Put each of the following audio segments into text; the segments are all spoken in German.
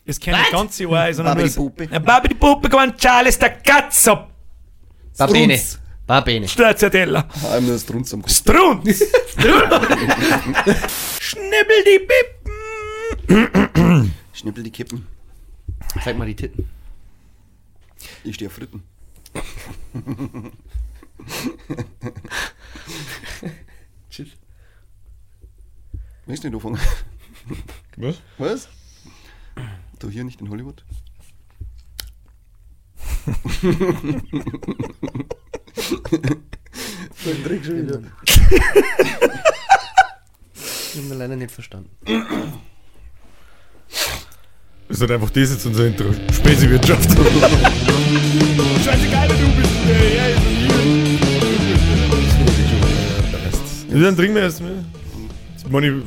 Es kennt das ganze Jahr, sondern Babi nur die Puppe. Ja, Babi die Puppe, Guanciale, sta cazzo. Va bene. Strunz. Va bene. Stracciatella. Einmal das Strunz am Kopf. Strunz. Schnibbel die Bippen. Schnippel die Kippen. Zeig mal die Titten. Ich stehe auf Fritten. Tschüss. Willst du nicht anfangen? Was? Was? Du hier nicht in Hollywood? Ich trinke schon wieder. Ich hab mir leider nicht verstanden. Das ist halt einfach das jetzt unser Intro. Spezi-Wirtschaft. Scheißegal, wer du bist. Ja, ist der Rest. Dann trinken wir erstmal. Okay.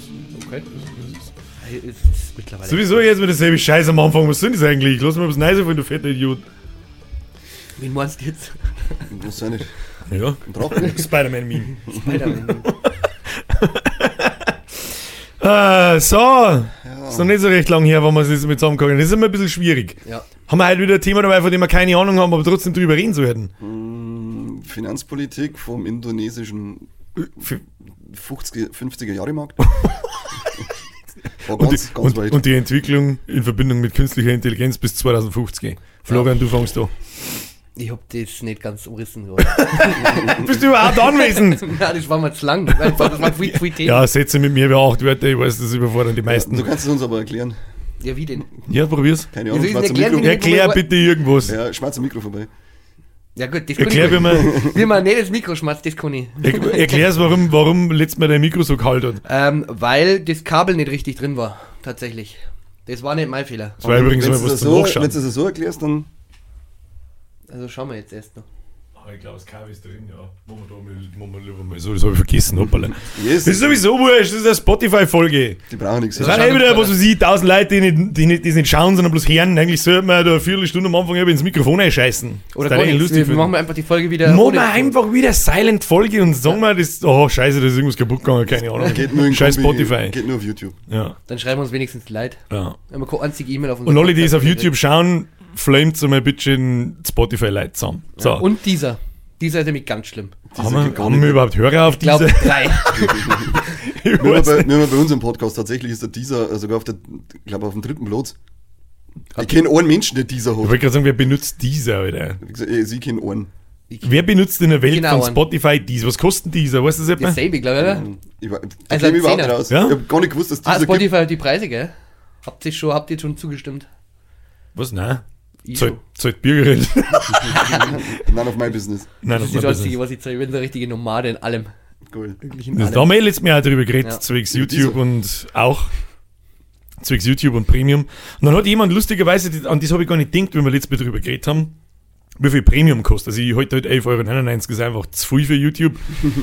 Ist mittlerweile. Sowieso jetzt mit dasselbe Scheiß am Anfang. Was sind das eigentlich? Lass mal was Neues von, du fetter Idiot. Wen meinst du jetzt? Was sei nicht? Ja. Ein Drachen? Spider-Man-Meme. Spider-Man. So. Ist noch nicht so recht lang her, wenn wir es jetzt mit zusammenkommen. Das ist immer ein bisschen schwierig. Ja. Haben wir heute wieder ein Thema dabei, von dem wir keine Ahnung haben, aber trotzdem drüber reden sollten. Finanzpolitik vom indonesischen 50er-Jahre-Markt. War ganz weit. Und die Entwicklung in Verbindung mit künstlicher Intelligenz bis 2050. Florian, du fängst an. Ich hab das nicht ganz umrissen gerade. Bist du überhaupt anwesend? Nein, das war mir zu lang. Einfach, das war viel Themen. Ja, Sätze mit mir über 8 Wörter, ich weiß, das überfordern die meisten. Du kannst es uns aber erklären. Ja, wie denn? Ja, probier's. Keine Ahnung, Wieso ist schwarzer nicht erklären, Mikro. Erklär bitte irgendwas. Ja, schwarzer Mikro vorbei. Ja gut, das Erklär, kann wie ich. Wie man nicht das Mikro schmatzt, das kann ich. erklär's, warum letztes Mal dein Mikro so kalt hat. Weil das Kabel nicht richtig drin war. Tatsächlich. Das war nicht mein Fehler. Das war übrigens Wenn mal du was das zum so, Nachschauen. wenn du das so erklärst, dann Also schauen wir jetzt erst noch. Ich glaube, das Kabel ist drin, ja. Machen wir lieber mal so, das habe ich vergessen, hoppala. yes, Das ist sowieso wurscht, das ist eine Spotify-Folge. die brauchen nichts. Das sind eh wieder, was weiß ich, 1000 Leute, die nicht schauen, sondern bloß hören. Eigentlich sollte man da eine Viertelstunde am Anfang ins Mikrofon einscheißen. Oder das gar ist nichts. lustig. Wir machen wir einfach die Folge wieder. Machen ohne- wir einfach wieder Silent-Folge und sagen wir das. Oh, scheiße, da ist irgendwas kaputt gegangen, keine Ahnung. Geht nur in Scheiß Kombi, Spotify. Geht nur auf YouTube. Ja, Dann schreiben wir uns wenigstens leid. ja. Wir haben keine einzige E-Mail auf Und alle, die es auf YouTube schauen, flamet so mal ein bisschen Spotify-Leute zusammen. So. Und dieser. Dieser ist nämlich ganz schlimm. haben wir überhaupt Hörer auf Ich glaube, diese? 3. Ich Wir weiß haben nicht. bei uns im Podcast tatsächlich ist der dieser sogar auf der, ich glaube auf dem 3. Platz. Ich kenne einen Menschen, der dieser Ich hat. wollte gerade sagen, wer benutzt diese, Alter? Wie gesagt, Sie kennen einen. Wer benutzt in der Welt Genau, von Spotify diese? Was kosten diese? Weißt du das etwa? Dasselbe, glaube ich, oder? Ich war, da Also käme ich überhaupt ein nicht raus. Ja? Ich habe gar nicht gewusst, dass dieser Spotify hat die Preise, gell? Habt ihr jetzt schon zugestimmt? Was? Nein. Ich Zahlt Bürgerin. gibt. None of my business. Nein, Das ist das Einzige, was ich sage. Ich bin der richtige Nomade in allem. Cool. Wirklich in Da allem. haben wir letztes Mal auch drüber geredet, Ja. zwecks Ja, YouTube diese. und auch zwecks YouTube und Premium. Und dann hat jemand lustigerweise, an das habe ich gar nicht gedacht, wenn wir letztes Mal drüber geredet haben, wie viel Premium kostet. Also ich halte halt 11,99 € ist einfach zu viel für YouTube.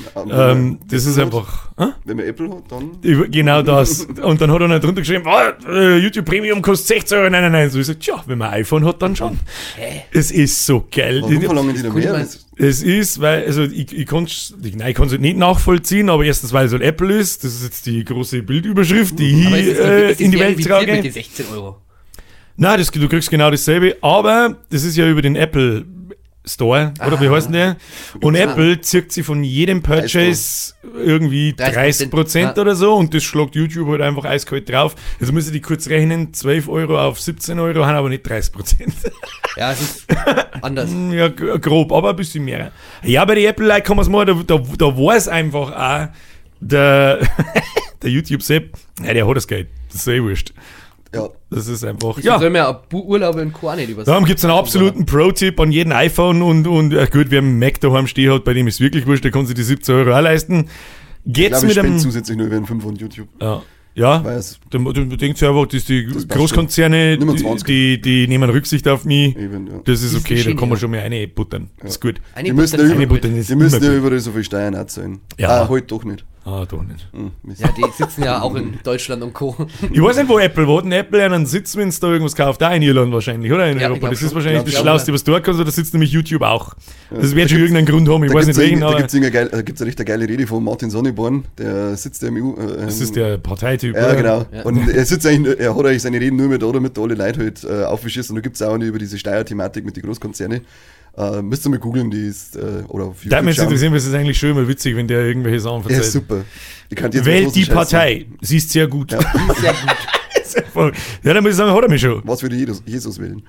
Das ist einfach... Wenn man Apple hat, dann. Genau das. Und dann hat er noch drunter geschrieben, YouTube Premium kostet 16,99 €. Ich sag, tja, wenn man ein iPhone hat, dann schon. Es ist so geil. Warum verlangen die da Cool, mehr? man. Das- Es ist, weil, also ich kann es nicht nachvollziehen, aber erstens, weil es halt Apple ist, das ist jetzt die große Bildüberschrift, die Aber ich ist es in die Welt mit trage. die 16 €? Nein, du kriegst genau dasselbe, aber das ist ja über den Apple Store, oder wie heißt denn der? Und Apple zirkt sie von jedem Purchase irgendwie 30% oder so und das schlägt YouTube halt einfach eiskalt drauf. Jetzt muss ich die kurz rechnen, 12 € auf 17 €, haben aber nicht 30%. Ja, es ist anders. Ja, grob, aber ein bisschen mehr. Ja, bei den Apple-Like kann man es machen, da war es einfach auch, der YouTube-Sepp, nein, der hat das Geld, das ist eh wurscht. Ja. Das ist einfach, Ja. ja. Soll mir Urlaube in Co. nicht übersetzen. Darum gibt es einen absoluten Pro-Tipp an jeden iPhone und gut, wer einen Mac daheim stehen hat, bei dem ist wirklich wurscht, der kann sich die 17 € auch leisten. Ich Geht's glaube, ich mit spende einem... zusätzlich nur über den 5 von YouTube. Ja, Weil es du denkst ja einfach, dass die Das passt Großkonzerne, schon. Nimm 20. die nehmen Rücksicht auf mich. eben, ja. Das ist Das ist okay, da schön, kann man ja. schon mal eine buttern. Das ist gut. Eine Die müssen Butter- ja Eine Butter ist Die müssen immer ja gut. überall so viel Steuern auch zahlen. Ja. Halt doch nicht. Ah, doch nicht. Ja, die sitzen ja auch in Deutschland und Co. Ich weiß nicht, wo Apple, wo hat denn Apple einen Sitz, wenn es da irgendwas kauft? Da in Irland wahrscheinlich, oder? In Ja, Europa. Das ist schon. wahrscheinlich das Ja, Schlauste, was du tun kannst, da sitzt nämlich YouTube auch. Das wird schon irgendeinen Grund haben, ich weiß nicht welchen, Da aber gibt es eine recht geile Rede von Martin Sonneborn, der sitzt ja im EU. das ist der Parteityp, Ja, oder? genau. Ja. Und er hat eigentlich seine Reden nur mit alle Leute halt aufgeschissen. Und da gibt es auch eine über diese Steuerthematik mit den Großkonzernen. Müsst ihr mal googeln, die ist, oder auf YouTube Da mich schauen. interessieren, weil es ist eigentlich schön mal witzig, wenn der irgendwelche Sachen Ja, verzeiht. super. Die kann jetzt Wählt mit die großen Scheiß Partei, sie ist sehr gut. Ja. Sehr gut. Sehr voll. Ja, dann muss ich sagen, hat er mich schon. sagen. Was würde Jesus wählen?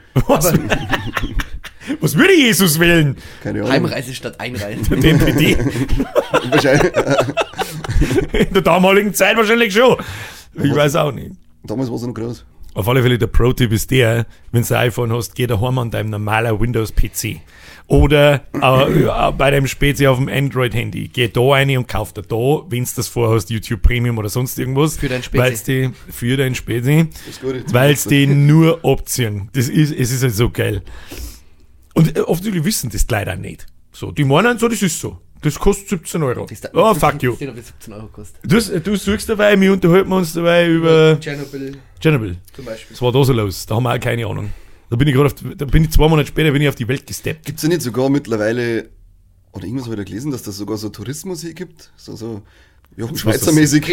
Was würde Jesus wählen? Keine Ahnung. Heimreise statt Einreise. Der NPD. Wahrscheinlich. In der damaligen Zeit wahrscheinlich schon. Ich weiß auch nicht. Damals war es noch groß. Auf alle Fälle, der Pro-Tipp ist der, wenn du ein iPhone hast, geh daheim an deinem normalen Windows-PC. Oder bei deinem Spezi auf dem Android-Handy. Geh da rein und kauf dir da, wenn du das vorhast, YouTube Premium oder sonst irgendwas. Für dein Spezi. Für dein Spezi. Das ist gut. Jetzt Weil wird's es die nur abziehen. Es ist halt so geil. Und offensichtlich wissen das leider nicht. So, die meinen so, das ist so. Das kostet 17 Euro. Oh, fuck you. 17 Euro kostet. Du suchst dabei, wir unterhalten uns dabei über Chernobyl Chernobyl. zum Beispiel. Was war da so los? Da haben wir auch keine Ahnung. Da bin ich 2 Monate später auf die Welt gesteppt. Gibt es ja nicht sogar mittlerweile, oder irgendwas habe ich da gelesen, dass das sogar so Tourismus hier gibt? So Jochen Schweizer-mäßig.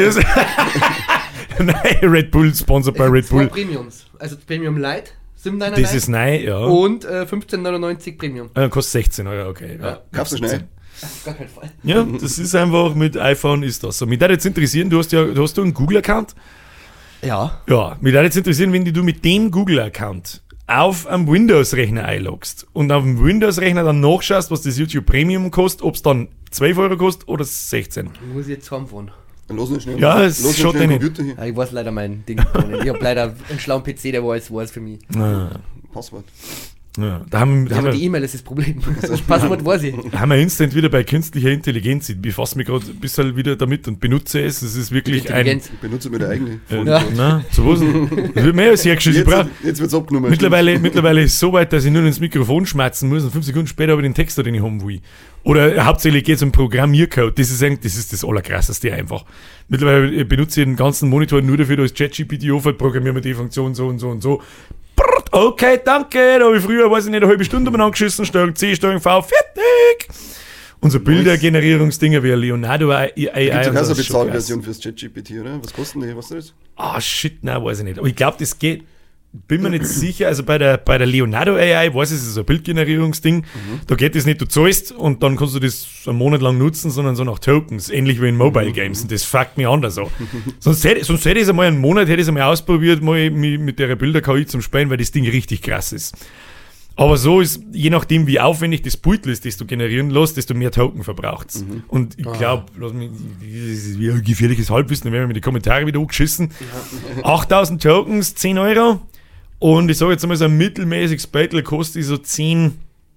Nein, Red Bull, sponsored bei Red Zwei Bull. Premiums. Also Premium Light, 7,99 Das ist nein, ja. und 15,99 Premium. Kostet 16 Euro, okay. Ja. Kaufst du schnell? Auf gar keinen Fall. Ja, das ist einfach, mit iPhone ist das so. Mich würde jetzt interessieren, du hast einen Google-Account? Ja. Ja, mich würde jetzt interessieren, wenn du mit dem Google-Account auf einem Windows-Rechner einloggst und auf dem Windows-Rechner dann nachschaust, was das YouTube Premium kostet, ob es dann 12 Euro kostet oder 16. Muss ich jetzt heimfahren. Dann los nicht schnell. Ja, es los schaut schnell nicht. Computer hier. Ja, ich weiß leider mein Ding nicht. Ich habe leider einen schlauen PC, der weiß für mich. Passwort. Ja, da haben Aber die wir E-Mail ist das Problem. Das Passwort weiß ich. instant wieder bei künstlicher Intelligenz. Ich befasse mich gerade ein bisschen wieder damit und benutze es. Es ist wirklich ein... Intelligenz. Ich benutze meine eigene. Ja. Na, zu was denn? Das wird mehr als hergeschüttet. Jetzt wird es abgenommen. Mittlerweile ist es so weit, dass ich nur ins Mikrofon schmatzen muss und 5 Sekunden später habe ich den Text, den ich haben will. Oder hauptsächlich geht es um Programmiercode. Das ist das Allerkrasseste einfach. Mittlerweile benutze ich den ganzen Monitor nur dafür, dass ChatGPT aufhört, programmieren wir die Funktion so und so und so. Okay, danke. Da habe ich früher, weiß ich nicht, eine halbe Stunde mal angeschissen, Steuerung C, Steuerung V, fertig. Und so Bildergenerierungsdinger wie Leonardo AI. Gibt es und ja so, keine ist schon krass. Bezahlversion fürs ChatGPT, oder? Was kosten die? Was ist das? Ah, shit, nein, weiß ich nicht. Aber ich glaube, das geht. Bin mir nicht sicher. Also bei der Leonardo AI, weiß ich, es ist so ein Bildgenerierungsding. Da geht es nicht, du zahlst und dann kannst du das einen Monat lang nutzen, sondern so nach Tokens. Ähnlich wie in Mobile Games. Und das fuckt mich an. So. sonst hätte ich es einmal einen Monat, hätte ich es einmal ausprobiert, mal mit der Bilder-KI zum Spielen, weil das Ding richtig krass ist. Aber so ist, je nachdem, wie aufwendig das Bild ist, das du generieren lässt, desto mehr Token verbraucht. Und ich glaube, das ist wie ein gefährliches Halbwissen, dann werden wir mit die Kommentare wieder angeschissen. 8000 Tokens, 10 Euro. Und ich sage jetzt einmal, so ein mittelmäßiges Battle kostet so 10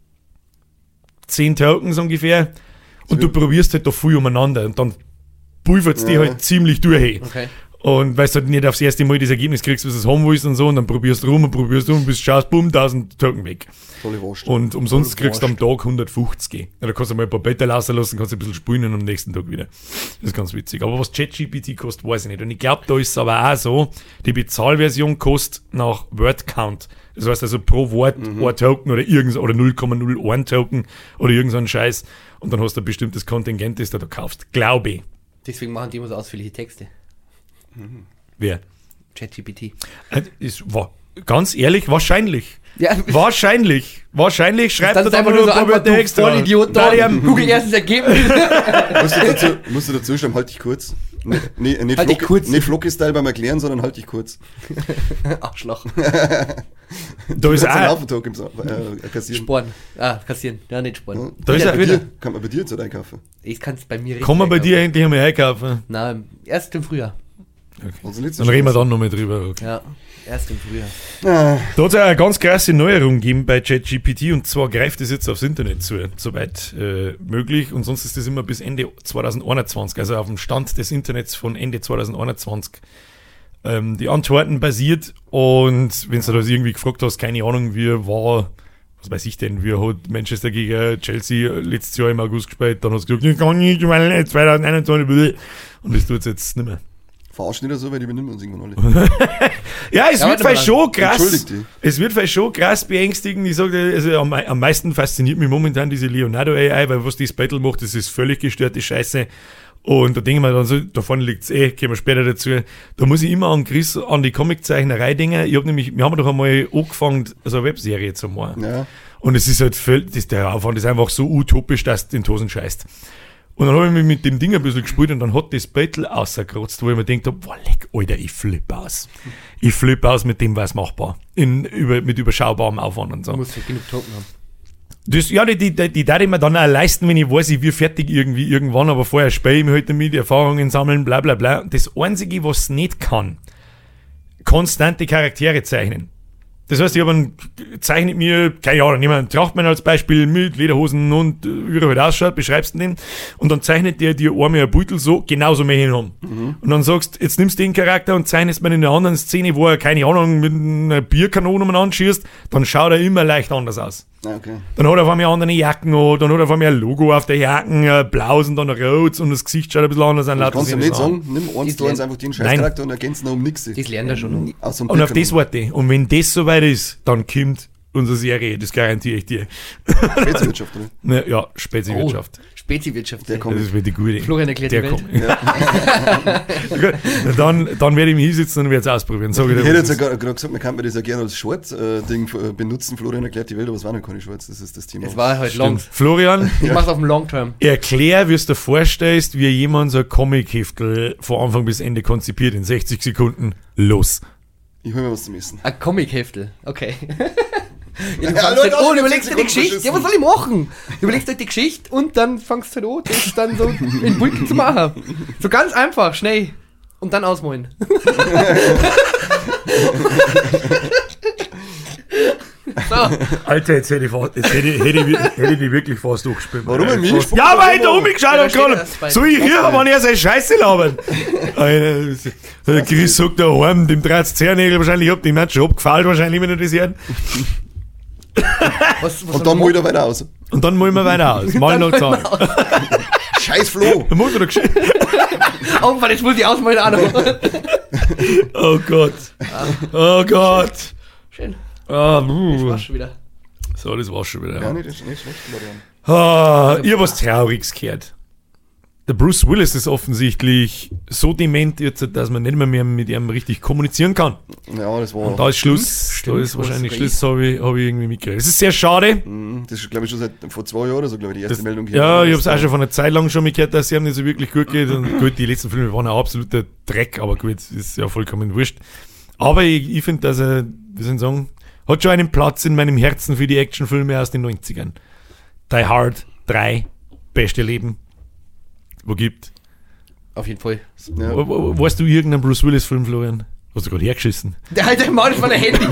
Tokens ungefähr. Und du probierst halt da viel umeinander. Und dann pulvert es die halt ziemlich durch. Okay. Und weil du halt nicht aufs erste Mal das Ergebnis kriegst, was du haben willst und so, und dann probierst du rum und bis schaust, bumm, 1000 Token weg. Volle Wurst. Und umsonst kriegst du am Tag 150. Ja, da kannst du mal ein paar Beta rauslassen, kannst ein bisschen spielen und am nächsten Tag wieder. Das ist ganz witzig. Aber was ChatGPT kostet, weiß ich nicht. Und ich glaube, da ist es aber auch so, die Bezahlversion kostet nach Word Count. Das heißt also pro Wort ein Token oder 0,01 Token oder irgend so ein Scheiß. Und dann hast du ein bestimmtes Kontingent, das du da kaufst. Glaube ich. Deswegen machen die immer so ausführliche Texte. Wer? ChatGPT. Ganz ehrlich, wahrscheinlich. Ja. Wahrscheinlich schreibt Das er ist da einfach mal nur so ein paar einfach, du Texte. Vollidiot da. Google erstes Ergebnis. Musst du dazu schreiben, halt dich kurz. Nicht Halt dich kurz. Nicht Flocki-Style beim Erklären, sondern halt dich kurz. Arschloch. Da ist einen auch, Haufen Tokens kassieren. Sporen. Kassieren. Ja, nicht Sporen. Da ist Ja, auch wieder. Kann man bei dir jetzt nicht einkaufen? Ich kann es bei mir richtig Kann man bei einkaufen. dir endlich einmal einkaufen? Na, erst im Frühjahr. Also nicht so Dann reden wir schlimm. dann nochmal drüber. Okay. Ja, erst im Frühjahr. Ah, Da hat es ja eine ganz krasse Neuerung gegeben bei ChatGPT und zwar greift es jetzt aufs Internet zu, soweit möglich, und sonst ist das immer bis Ende 2021, also auf dem Stand des Internets von Ende 2021 die Antworten basiert. Und wenn du das irgendwie gefragt hast, keine Ahnung, wie war was weiß ich denn, wie hat Manchester gegen Chelsea letztes Jahr im August gespielt, dann hast du gesagt, ich kann nicht, weil 2021 und das tut es jetzt nicht mehr. Verarschen nicht so, weil die übernehmen uns irgendwann alle. Ja, es wird vielleicht schon krass. Entschuldigt die. Es wird vielleicht schon krass beängstigend. Ich sage, also am meisten fasziniert mich momentan diese Leonardo AI, weil was das Battle macht, das ist völlig gestörte Scheiße. Und da denke ich mir dann so, da vorne liegt's kommen wir später dazu. Da muss ich immer an Chris, an die Comiczeichnerei denken. Wir haben doch einmal angefangen, also eine Webserie zu machen. Ja. Und es ist halt der Aufwand ist einfach so utopisch, dass du den Tosen scheißt. Und dann habe ich mich mit dem Ding ein bisschen gespielt und dann hat das Battle rausgerotzt, wo ich mir gedacht habe, boah, leck, Alter, ich flippe aus. Ich flippe aus mit dem, was machbar. Mit überschaubarem Aufwand und so. Du musst ja genug Token haben. Das, ja, die darf ich mir dann auch leisten, wenn ich weiß, ich bin fertig irgendwann, aber vorher spiele ich mich halt damit, Erfahrungen sammeln, bla bla bla. Das Einzige, was nicht kann, konstante Charaktere zeichnen. Das heißt, zeichnet mir, keine Ahnung, nehmen wir einen Trachtmann als Beispiel mit Lederhosen und wie er halt ausschaut, beschreibst du den und dann zeichnet der dir einmal ein Beutel so, genauso mehr hin haben. Und dann sagst, jetzt nimmst du den Charakter und zeichnest mir in einer anderen Szene, wo er, keine Ahnung, mit einer Bierkanone umeinander schießt, dann schaut er immer leicht anders aus. Okay. Dann hat er auf einmal andere Jacken an, dann hat er auf einmal ein Logo auf der Jacken, blaus und dann rot und das Gesicht schaut ein bisschen anders an. Du kannst ja nicht sagen, nimm eins zu eins einfach den Scheißcharakter und ergänzt noch um nichts. Das lernt er schon. Und auf das warte ich. Und wenn das soweit ist, dann kommt unsere Serie, das garantiere ich dir. Speziwirtschaft, oder? Ja, Speziwirtschaft. Speziwirtschaft. Der kommt. Das ist wirklich gut. Florian erklärt die Welt. Dann werde ich mich hinsetzen und werde es ausprobieren. Ich hätte jetzt ja gerade gesagt, man kann mir das ja gerne als Short-Ding benutzen. Florian erklärt die Welt, aber es war noch keine Shorts, das ist das Thema. Es war halt long. Florian, Ich mach's auf dem Long Term. erklär, wie du dir vorstellst, wie jemand so ein Comic-Heftel von Anfang bis Ende konzipiert in 60 Sekunden. Los. Ich hol mir was zum Essen. Ein Comic-Heftel. Okay. Ja, du Ja, fangst Leute, halt an, das überlegst dir die sind Geschichte. Sekunden Ja, was soll ich machen? Du überlegst dir die Geschichte und dann fangst du halt an, das dann so in Bulken zu machen. So ganz einfach, schnell. Und dann ausmalen. So. Alter, jetzt hätte ich die wirklich fast durchgespielt. Warum ein Milch? Ja, weil ich da umgeschaut habe Da steht gerade. erst bei- So, ich rieche, wenn er seine Scheiße labert. Alter, der Chris sagt daheim, dem dreht die Zehennägel wahrscheinlich ab, dem hat schon abgefallen wahrscheinlich, wenn er das hört. Was Und dann mal er weiter aus. Und dann malen wir weiter aus. Mal noch zusammen. Scheiß Flo! Dann muss er doch geschehen. Oh, weil jetzt muss ich ausmalen auch noch. Oh Gott. Oh Gott. Schön. Ah, Das war's schon wieder. So, das war's schon wieder. Ja, nicht schlecht, Florian. Ich hab was Trauriges gehört. Der Bruce Willis ist offensichtlich so dement jetzt, dass man nicht mehr mit ihm richtig kommunizieren kann. Ja, das war. Und da ist Schluss. Stimmt, Da ist wahrscheinlich was Schluss, habe ich irgendwie mitgekriegt. Das ist sehr schade. Das ist, glaube ich, schon seit vor 2 Jahren oder so, glaube ich, die erste Meldung hier. Ja, ich habe es auch schon von einer Zeit lang schon mitgehört, dass es ihm nicht so wirklich gut geht. Und gut, die letzten Filme waren ein absoluter Dreck, aber gut, ist ja vollkommen wurscht. Aber ich finde, dass er, wie soll ich sagen, hat schon einen Platz in meinem Herzen für die Actionfilme aus den 90ern. Die Hard 3, beste Leben, wo gibt. Auf jeden Fall. Ja. Weißt du irgendeinen Bruce Willis-Film, Florian? Hast du gerade hergeschissen? Der alte Mann ist von der Handy.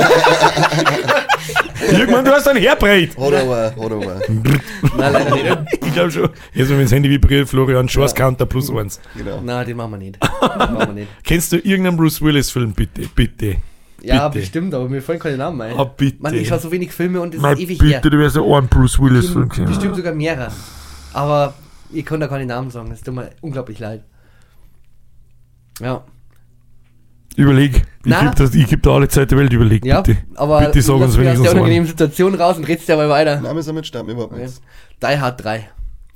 Irgendwann, du hast einen herbreit. Hat aber. Nein, leider nicht. Ich glaube schon. Jetzt, wenn das Handy vibriert, Florian, Chance Counter +1. Genau. Nein, den machen wir nicht. Den machen wir nicht. Kennst du irgendeinen Bruce Willis-Film, bitte? Bitte. Ja, Bitte. bestimmt, aber mir fallen keine Namen ein. Ah, bitte. Mann, ich schaue so wenig Filme und das Nein, ist ewig bitte, her. du wärst ja auch ein Bruce Willis-Film kennen. Bestimmt sogar mehrere. Aber ich kann da keine Namen sagen, das tut mir unglaublich leid. Ja. Überleg. Na? Ich geb da alle Zeit der Welt, überleg, Ja, bitte. aber Bitte sag uns lass mich aus wenigstens der einen. unangenehmen Situation raus und redst dabei weiter. Nein, wir sind mit Stamm, überhaupt nichts. Die Hard 3.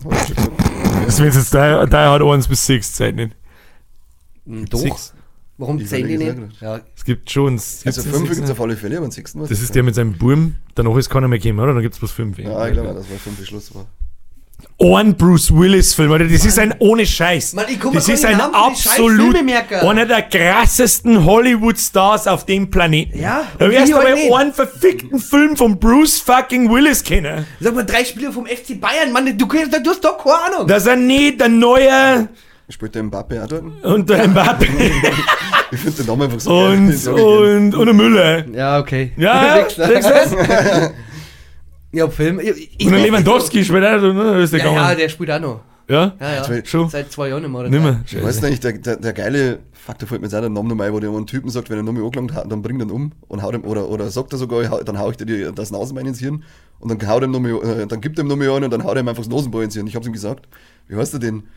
Das wenn jetzt da hat 1 bis 6 Zeit nicht. Doch. 6. Warum Ich 10 überlege nicht? es auch Ja, Es gibt schon. Also 5 gibt es auf alle Fälle, aber den 6. Das ist der mit seinem Burm. Danach ist keiner mehr gekommen, oder? Dann gibt es bloß 5. Ja, ich glaube, das war 5 Schluss. War. Ein Bruce Willis-Film, Alter. Das ist ein ohne Scheiß. Mann, ich komm Das mir ist gar ein nicht Namen für die scheiß absolut Filme merken. einer der krassesten Hollywood-Stars auf dem Planeten. Ja, Da wirst ich du halt aber nicht. einen verfickten Film von Bruce fucking Willis kennen. Sag mal, 3 Spieler vom FC Bayern, Mann, du hast doch keine Ahnung. Das ist nicht der neue Spielt der Mbappe auch dort? und der Mbappe Ich finde den Namen einfach so und der Müller. Ja, okay. Ja, Wichser. siehst du's? Ja, Film. Ich Und der Lewandowski spielt auch, ne? Das ist der Ja, Gammel. der spielt auch noch. Ja? Ja. Schon? Seit 2 Jahren immer. Nicht mehr. Ich weiß nicht, der geile, fuck, da fällt mir jetzt auch der Name nochmal ein, wo der einen Typen sagt, wenn er nochmal angelangt hat, dann bringt er ihn um und haut ihm, oder sagt er sogar, dann hau ich dir das Nasenbein ins Hirn und dann haut ihm nochmal, dann gibt er ihm nochmal an und dann haut er ihm einfach das Nasenbein ins Hirn. Ich hab's ihm gesagt. Wie heißt der denn?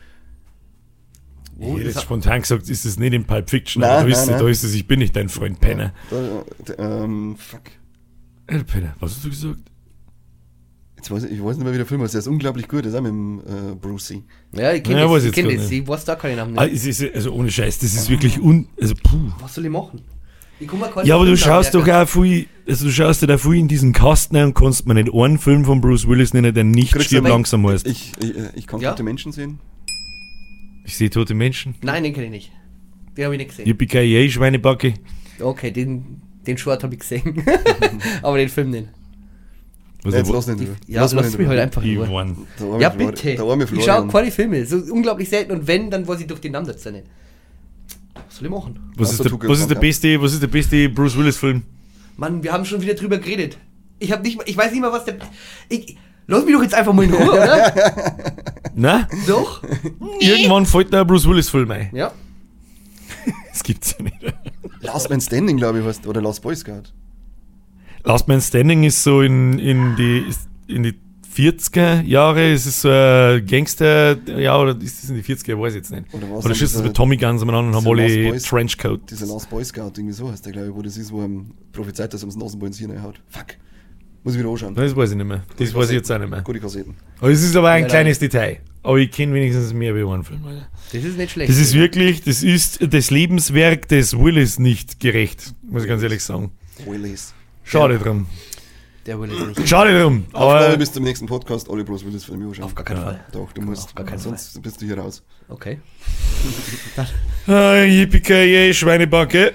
Ich hätte jetzt spontan gesagt, ist das nicht in Pulp Fiction, Nein, aber nein. da ist es, ich bin nicht dein Freund, Penner. Fuck. Penner, was hast du gesagt? Ich weiß nicht mehr, wie der Film heißt. Der ist unglaublich gut, der ist auch mit dem Brucey. Ja, ich kenne Ja, weiß das. Ich jetzt kenne gar das. nicht. Ich weiß da keinen Namen Ah, nicht. es ist, also ohne Scheiß, das ist wirklich Was soll ich machen? Ich komm mal keinen Ja, aber du Film schaust doch merken. auch viel, also du schaust dir da viel in diesen Kasten ein und kannst mir nicht einen Film von Bruce Willis nennen, der nicht Kriegst stirb du- langsam heißt. Ich kann Ja? gute Menschen sehen. Ich sehe tote Menschen. Nein, den kenne ich nicht. Den habe ich nicht gesehen. Yippie-ki-yay, Schweinebacke. Okay, den Short habe ich gesehen. Aber den Film nicht. Was Jetzt ich- lass nicht drüber. Ja, lass mich halt einfach Ich nur. warn. Der arme Ja, Flori- bitte. Der arme Ich schaue Florian. keine Filme. So unglaublich selten. Und wenn, dann weiß ich durch den Namen dazu nicht. Was soll ich machen? Was ist Also, der was ist der beste Bruce Willis Film? Mann, wir haben schon wieder drüber geredet. Ich weiß nicht mal, was der... Lass mich doch jetzt einfach mal in Ruhe, oder? Na? Doch? Irgendwann fällt da ein Bruce Willis Film ein. Ja. Das gibt's ja nicht. Last Man Standing, glaube ich, heißt, oder Last Boy Scout. Last Man Standing ist so in die 40er Jahre, es ist so ein Gangster, ja, oder ist das in die 40er, weiß ich jetzt nicht. Oder was Oder schießen sie mit Tommy Guns umeinander und haben dieser alle Lost Boys- Trenchcoat. Dieser Last Boy Scout, irgendwie so heißt der, glaube ich, wo das ist, wo er prophezeit, dass er das Nasenbein ins Hirn reinhaut. Fuck. Muss ich wieder anschauen. Das weiß ich nicht mehr. Das weiß ich jetzt auch nicht mehr. Gute Kassetten. Aber es ist aber ein Ja, kleines Detail. Aber ich kenne wenigstens mehr wie einen Film. Alter. Das ist nicht schlecht. Das ist wirklich, das ist das Lebenswerk des Willis nicht gerecht, muss ich ganz ehrlich sagen. Willis. Schade drum. Der will es nicht. Schade drum. Aufnahme Aber bis zum nächsten Podcast, alle Bruce Willis Filme anschauen. Auf gar keinen Fall. Doch, du musst. Auf gar keinen Sonst bist du hier raus. Okay. Yippie-ki-yay, Schweinebacke.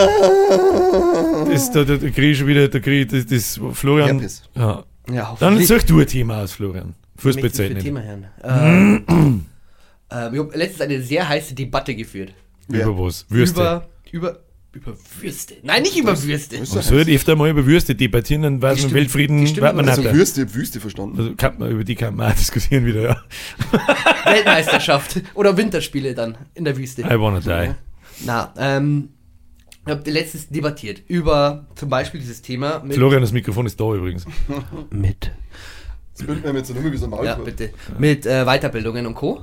Das, da krieg ich schon wieder, das Florian. Herpes. Ja. Ja, Dann such du ein Thema aus, Florian. Fußballzeit für nicht. Thema hören. Wir haben letztens eine sehr heiße Debatte geführt. Über was? Würste. Über Würste. Nein, nicht über Würste. Was Man sollte öfter mal über Würste debattieren, dann weiß man stimmt. Weltfrieden, Die stimmt weiß man aber. nicht. Also Wüste verstanden. Also über die kann man auch diskutieren wieder, ja. Weltmeisterschaft. Oder Winterspiele dann in der Wüste. I wanna die. Na, ich habe letztens debattiert über zum Beispiel dieses Thema Florian, das Mikrofon ist da übrigens. mit Das bildet mir jetzt so nur wie so ein ja, Maulkorb. bitte. Mit Weiterbildungen und Co.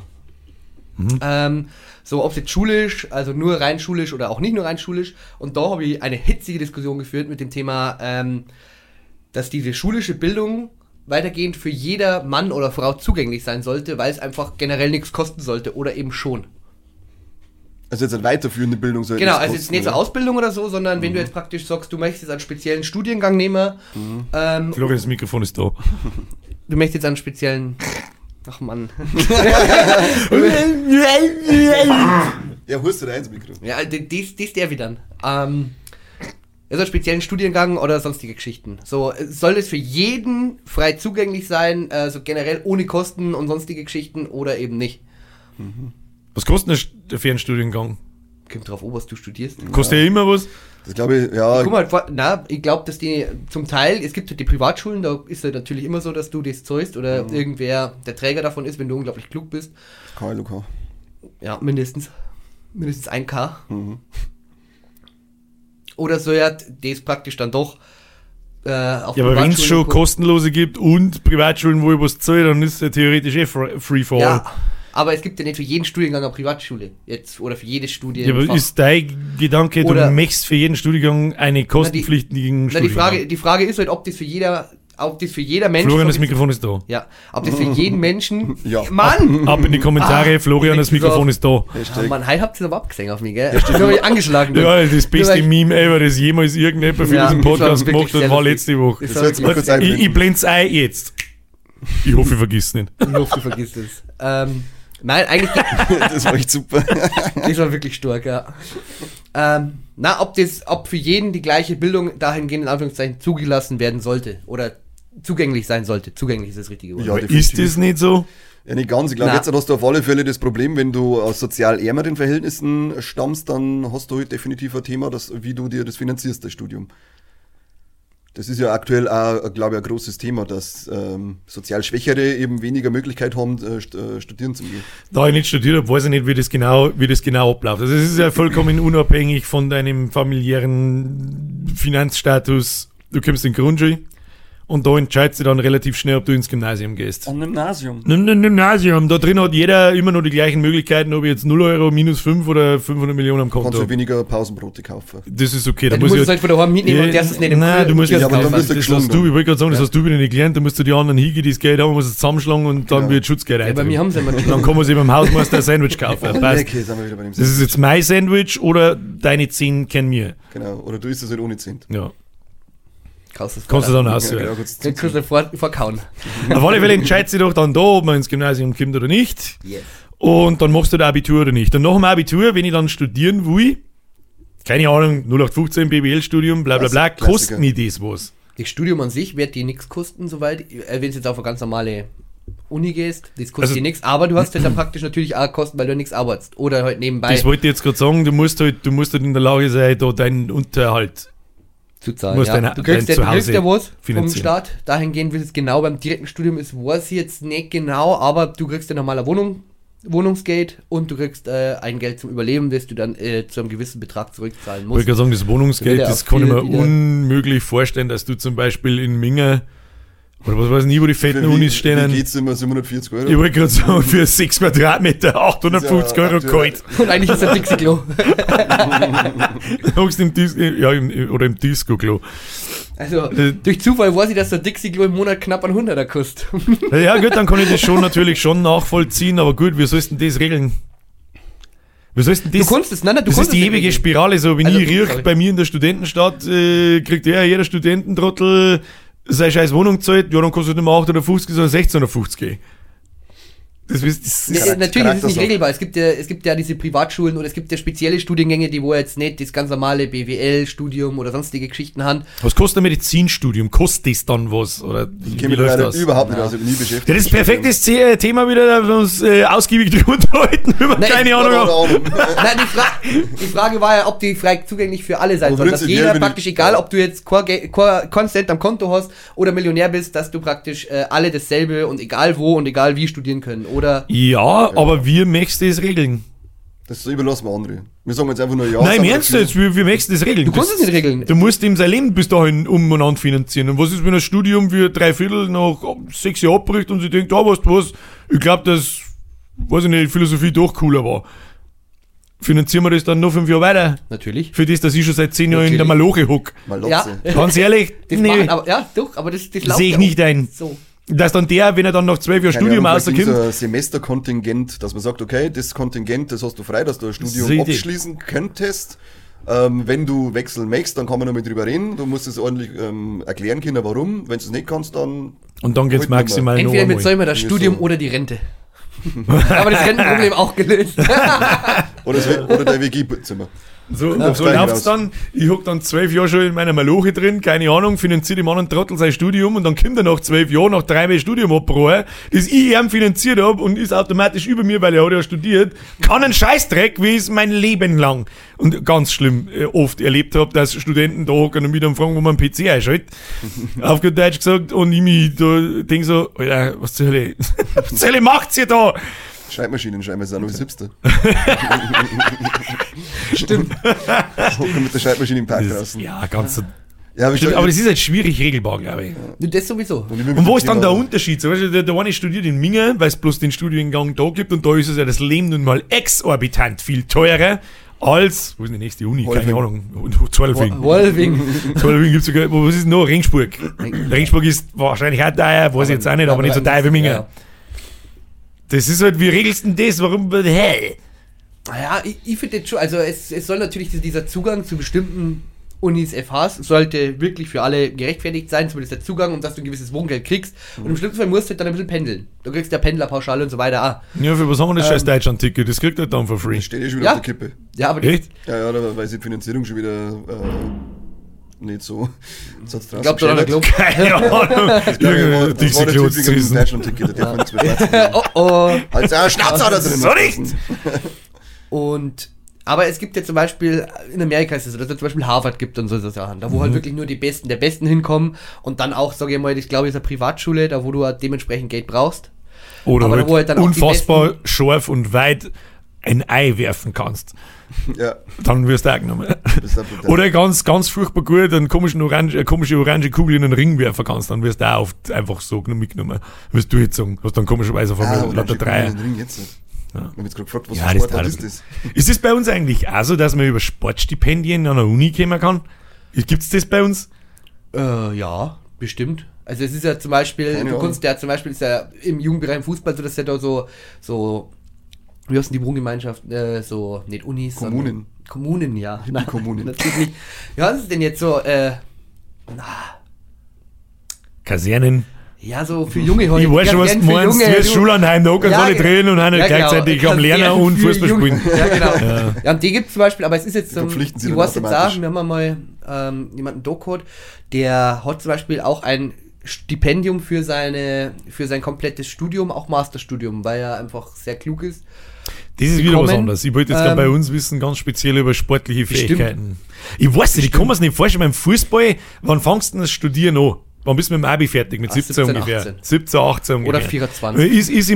So, ob es jetzt schulisch, also nur rein schulisch oder auch nicht nur rein schulisch. Und da habe ich eine hitzige Diskussion geführt mit dem Thema, dass diese schulische Bildung weitergehend für jeder Mann oder Frau zugänglich sein sollte, weil es einfach generell nichts kosten sollte oder eben schon. Also jetzt eine weiterführende Bildung soll Genau, das also kosten, jetzt nicht so oder? Ausbildung oder so, sondern wenn du jetzt praktisch sagst, du möchtest jetzt einen speziellen Studiengang nehmen, Florian, das Mikrofon ist da. du möchtest jetzt einen speziellen... Ach Mann. Ja, holst du da ins Mikro. Ja, dies der wieder. Also einen speziellen Studiengang oder sonstige Geschichten. So, soll es für jeden frei zugänglich sein, so generell ohne Kosten und sonstige Geschichten oder eben nicht? Was kostet der Fernstudiengang? Kommt drauf an, was du studierst. Kostet ja immer was. Das glaube ich, ja. Guck mal, ich glaube, dass die zum Teil, es gibt halt die Privatschulen, da ist es natürlich immer so, dass du das zahlst oder irgendwer der Träger davon ist, wenn du unglaublich klug bist. KLOK. Ja, mindestens 1K. Oder so ja, das praktisch dann doch auf Ja, aber wenn es Privatschulen schon und Co. kostenlose gibt und Privatschulen, wo ich was zahle, dann ist es ja theoretisch free for all. Ja, aber es gibt ja nicht für jeden Studiengang eine Privatschule. Jetzt, oder für jedes Studienfach. Ja, aber ist dein Gedanke, Oder- du möchtest für jeden Studiengang einen kostenpflichtigen Na, die Studiengang? Frage ist halt, ob das für jeder Mensch... Florian, das Mikrofon ist da. Ja, ob das für jeden Menschen... Ja. Mann! Ab in die Kommentare, Florian, das direkt Mikrofon gesagt. ist da. Oh, Hashtag. Mann, heute habt ihr es aber abgesehen auf mich, gell? Nur weil ich angeschlagen bin. Ja, das beste Nur weil- Meme ever, das jemals irgendjemand für Ja, diesen das war Podcast wirklich gemacht hat, sehr war lustig. letzte Woche. Das Das sollst du mal kurz einblenden. Ich blende es ein jetzt. Ich hoffe, ich vergiss nicht. Ich hoffe, du vergisst es. Nein, eigentlich... Das war echt super. Das war wirklich stark, ja. Ob für jeden die gleiche Bildung dahingehend in Anführungszeichen zugelassen werden sollte oder zugänglich sein sollte. Zugänglich ist das richtige Wort. Ja, Ist das nicht so? Ja, nicht ganz. Ich glaube, Na. jetzt hast du auf alle Fälle das Problem, wenn du aus sozial ärmeren Verhältnissen stammst, dann hast du halt definitiv ein Thema, wie du dir das finanzierst, das Studium. Das ist ja aktuell auch, glaube ich, ein großes Thema, dass sozial Schwächere eben weniger Möglichkeit haben, studieren zu gehen. Da ich nicht studiert habe, weiß ich nicht, wie das genau abläuft. Also es ist ja vollkommen unabhängig von deinem familiären Finanzstatus. Du kommst in die Grundschule und da entscheidest du dann relativ schnell, ob du ins Gymnasium gehst. Am Gymnasium? Ein Gymnasium. Da drin hat jeder immer noch die gleichen Möglichkeiten, ob ich jetzt 0 Euro, minus 5 oder 500 Millionen am Konto Kannst du habe. weniger Pausenbrote kaufen. Das ist okay. Da du musst es halt von daheim mitnehmen und darfst es nicht im Nein, du musst Ja, aber dann das bist du hast geschlagen du, dann. ich wollte gerade sagen, das hast du wieder nicht gelernt, da musst du die anderen hingehen, die das Geld haben, musst es zusammenschlagen und dann Genau. wird Schutzgeld Ja, bei eintreten. mir haben sie immer Dann kann man sich beim Hausmeister ein Sandwich kaufen. Passt. Okay, sind wir wieder bei dem Das ist jetzt mein Sandwich oder deine 10 kennen mir. Genau, oder du isst es halt ohne Zent. Ja. Kannst Kannst du dann Ja, aussuchen. genau, kurz Dann kannst du vorkauen. Auf alle Fälle entscheidet sich doch dann da, ob man ins Gymnasium kommt oder nicht. Yes. Und dann machst du das Abitur oder nicht. Und nach dem Abitur, wenn ich dann studieren will, keine Ahnung, 0815 BWL-Studium, bla bla bla, Klassiker. kostet mir das was. Das Studium an sich wird dir nichts kosten, soweit, wenn du jetzt auf eine ganz normale Uni gehst, das kostet Also- dir nichts, aber du hast halt dann praktisch natürlich auch Kosten, weil du nichts arbeitest. Oder halt nebenbei Das wollte ich jetzt gerade sagen, du musst halt in der Lage sein, da deinen Unterhalt. zu zahlen. Du musst Ja. dein Du kriegst ja Zuhause was vom finanzieren. Staat, dahingehend, wie es genau beim direkten Studium ist, weiß ich jetzt nicht genau, aber du kriegst ja normaler Wohnungsgeld und du kriegst ein Geld zum Überleben, das du dann zu einem gewissen Betrag zurückzahlen Ich wollte musst. gerade sagen, das Wohnungsgeld, Da wird ja das auch kann ich viel mir wieder- unmöglich vorstellen, dass du zum Beispiel in Minga, oder was weiß ich nie, wo die fetten Unis stehen. Wie geht's immer 740 Euro? Ich wollte gerade sagen, für 6 Quadratmeter 850 Euro aktuell. kalt. Und eigentlich ist ein Dixie-Klo. Hockst im oder im Disco-Klo. Also, durch Zufall weiß ich, dass der Dixie-Klo im Monat knapp an 100er kostet. Ja gut, dann kann ich das schon natürlich schon nachvollziehen, aber gut, wie sollst du denn das regeln? Wie sollst du denn das? Du kannst es, nein, du Das kannst ist die es ewige regeln. Spirale, so wenn Also, ich riech, sorry. bei mir in der Studentenstadt kriegt jeder Studententrottel seine scheiß Wohnung zahlt, ja dann kostet nicht mehr 850, sondern 1650 gehen. Das ist Nee, natürlich ist es nicht Charaktersache. regelbar. Es gibt ja diese Privatschulen oder es gibt ja spezielle Studiengänge, die wo jetzt nicht das ganz normale BWL-Studium oder sonstige Geschichten haben. was kostet ein Medizinstudium? Kostet das dann was? Oder Ich wie kenne mich läuft leider das? überhaupt nicht aus, ich habe nie beschäftigt. Ja, das ist perfektes Thema wieder, dass wir uns ausgiebig drüber unterhalten, über Nein, keine Ahnung haben. Nein, die Frage war ja, ob die frei zugänglich für alle sein Aber soll. Dass prinzipiell jeder bin ich- praktisch, egal ob du jetzt kein Cent am Konto hast oder Millionär bist, dass du praktisch alle dasselbe und egal wo und egal wie studieren können. Oder Ja, aber wir möchten das regeln. Das überlassen wir andere. Wir sagen jetzt einfach nur ja. Nein, im sagen wir Ernst dafür. jetzt, wir möchten das regeln. du kannst es nicht regeln. Du musst ihm sein Leben bis dahin umeinander finanzieren. Und was ist, wenn ein Studium für 3/4 nach 6 Jahren abbricht und sie denkt, weißt du was, ich glaube, dass, weiß ich nicht, Philosophie doch cooler war. Finanzieren wir das dann noch 5 Jahre weiter? Natürlich. Für das, dass ich schon seit 10 Jahren in der Natürlich. Maloche hock. Mal Ja. Lotse. Ganz ehrlich, Das nee, machen, aber, ja, doch, aber das läuft sehe ich ja nicht auch ein. so. Dass dann der, wenn er dann nach 12 Jahren Keine Studium Ahnung, vielleicht rauskommt, ist ein Semesterkontingent, dass man sagt, okay, das Kontingent, das hast du frei, dass du ein Studium Sehe ich. abschließen könntest. Wenn du wechseln möchtest, dann kann man noch mit drüber reden. Du musst es ordentlich erklären können, warum. Wenn du es nicht kannst, dann und dann geht's Heute maximal noch Entweder mit einmal. soll man das Irgendwie Studium so. oder die Rente. Aber das Rentenproblem auch gelöst. oder dein WG-Zimmer. So, Ja, so steig läuft's raus. dann. Ich hock dann 12 Jahre schon in meiner Maloche drin, keine Ahnung, finanziert dem anderen Trottel sein Studium und dann kommt er nach 12 Jahren, nach 3 Mal Studium abgebrochen, das ich ihm finanziert hab und ist automatisch über mir, weil er hat ja studiert, kann ein Scheißdreck, wie es mein Leben lang. Und ganz schlimm, oft erlebt hab, dass Studenten da hocken und mich dann fragen, wo man einen PC einschaltet. Auf gut Deutsch gesagt, und ich mich da denk so, Alter, was zur Hölle, was zur Hölle macht's ihr da? Schreibmaschinen schreiben wir es auch noch als Hipster. Stimmt. Hocken mit der Schreibmaschine im Park draußen. Ja, ganz so. Ja, aber, Aber das ist halt schwierig regelbar, glaube ich. Das sowieso. Und wo ist dann der Unterschied? So, weißt du, der eine studiert in Minga, weil es bloß den Studiengang da gibt und da ist es ja das Leben nun mal exorbitant viel teurer als, wo ist denn die nächste Uni? Keine Wolfing. Ahnung. Und Zollwing. Wolving. Zollwing gibt es sogar, was ist denn noch? Regensburg. Regensburg ist wahrscheinlich auch teuer, weiß ich jetzt auch nicht, aber nicht so teuer wie Minga. Ja. Das ist halt, wie regelst du denn das? Warum, hä? Naja, ich finde das schon, also es soll natürlich dieser Zugang zu bestimmten Unis, FHs, sollte wirklich für alle gerechtfertigt sein, zumindest der Zugang und dass du ein gewisses Wohngeld kriegst. Und im schlimmsten Fall musst du halt dann ein bisschen pendeln. Du kriegst ja Pendlerpauschale und so weiter. Ja, für was haben wir das scheiß Deutschland-Ticket? Das kriegt er dann for free. Das steht schon wieder Ja. auf der Kippe. Ja, aber Echt? Ja, da weiß ich die Finanzierung schon wieder nicht so. ich glaube, da hat er gelobt. Keine Ahnung. Das war der Dixie Typ Klos wegen dem zerrissen. Deutschland-Ticket, der darf man nicht mehr Oh oh. Also, Schnauzer da drin. So nicht! Und Aber es gibt ja zum Beispiel, in Amerika ist es so, dass es zum Beispiel Harvard gibt und so Sachen, da wo halt wirklich nur die Besten der Besten hinkommen und dann auch, sage ich mal, ich glaube, ist eine Privatschule, da wo du halt dementsprechend Geld brauchst. Oder aber halt wo halt dann auch unfassbar scharf und weit ein Ei werfen kannst. Ja. Dann wirst du auch genommen. Oder ganz, ganz furchtbar gut eine komische orange Kugel in einen Ring werfen kannst, dann wirst du auch oft einfach so mitgenommen. Wirst du jetzt sagen, hast dann komischerweise auf einmal lauter Dreier. Ja. Ich habe jetzt gerade gefragt, was Ja, für Sportart ist das? Ist das bei uns eigentlich auch so, dass man über Sportstipendien an der Uni kommen kann? Gibt's das bei uns? Ja, bestimmt. Also es ist ja zum Beispiel, du kannst ja zum Beispiel, ist ja im Jugendbereich im Fußball so, dass ja da so wie heißt denn die Wohngemeinschaft? So, nicht Unis, Kommunen. Kommunen, ja. Nein, Kommunen. Natürlich nicht. Ja, was ist denn jetzt so, Kasernen. ja, so für junge Leute. Ich weiß schon, was du meinst. Wie ein Schulanheim, da kannst du alle drehen und einer gleichzeitig am Lernen und Fußball spielen. Ja, genau. Ja, und die gibt es zum Beispiel, aber es ist jetzt, ich weiß jetzt sagen, wir haben mal jemanden Doc, der hat zum Beispiel auch ein Stipendium für sein komplettes Studium, auch Masterstudium, weil er einfach sehr klug ist. Das ist wieder was anderes. Ich wollte jetzt gerade bei uns wissen, ganz speziell über sportliche Fähigkeiten. Ich weiß nicht, ich kann mir es nicht vorstellen, beim Fußball, wann fängst du denn das Studieren an? Wann bist du mit dem Abi fertig? Mit 17 ungefähr. 18. 17, 18 ungefähr. Oder 24. Ist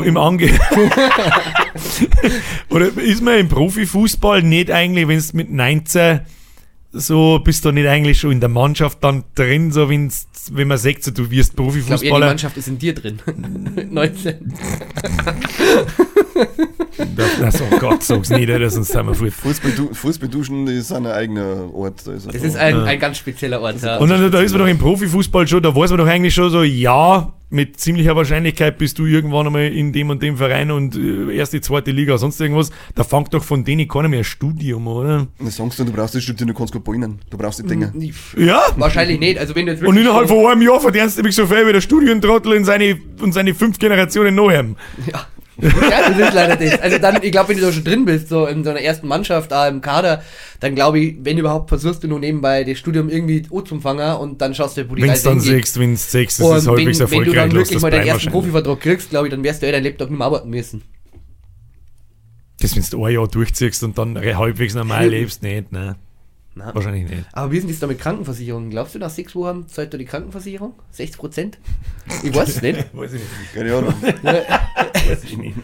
Oder ist man im Profifußball nicht eigentlich, wenn es mit 19 so, bist du nicht eigentlich schon in der Mannschaft dann drin, so wenn man sagt, so, du wirst Profifußballer. Ich glaube, die Mannschaft ist in dir drin. 19. Oh Gott, sag's nicht, sonst sind wir fort. Fußballduschen ist ein eigener Ort. Das ist ein ganz spezieller Ort. Ja. Und dann, da ist man doch im Profifußball schon, da weiß man doch eigentlich schon so, ja, mit ziemlicher Wahrscheinlichkeit bist du irgendwann einmal in dem und dem Verein und erste, zweite Liga, sonst irgendwas. Da fängt doch von denen keiner mehr ein Studium, oder? Das sagst du brauchst das Studieren, du kannst gar beunen. Du brauchst die Dinge. Ja. Wahrscheinlich nicht. Also wenn du jetzt und innerhalb von einem Jahr verdienst du nämlich so viel wie der Studientrottel in seine 5 Generationen nachher. Ja. Ja, das ist leider das. Also dann, ich glaube, wenn du da schon drin bist, so in so einer ersten Mannschaft, im Kader, dann glaube ich, wenn überhaupt, versuchst du nur nebenbei das Studium irgendwie anzufangen und dann schaust du, wo die Reise hingeht. Wenn du sechst, ist es halbwegs erfolgreich. Wenn du dann wirklich mal deinen ersten Profivertrag kriegst, glaube ich, dann wirst du dein Laptop nicht mehr arbeiten müssen. Das, wenn du ein Jahr durchziehst und dann halbwegs normal lebst, nicht, ne? Nein. Wahrscheinlich nicht. Aber wie ist denn das da mit Krankenversicherung? Glaubst du, nach 6 Wochen zahlt da die Krankenversicherung? 60%? Ich weiß es nicht. Weiß ich nicht. Keine Ahnung. Weiß ich nicht.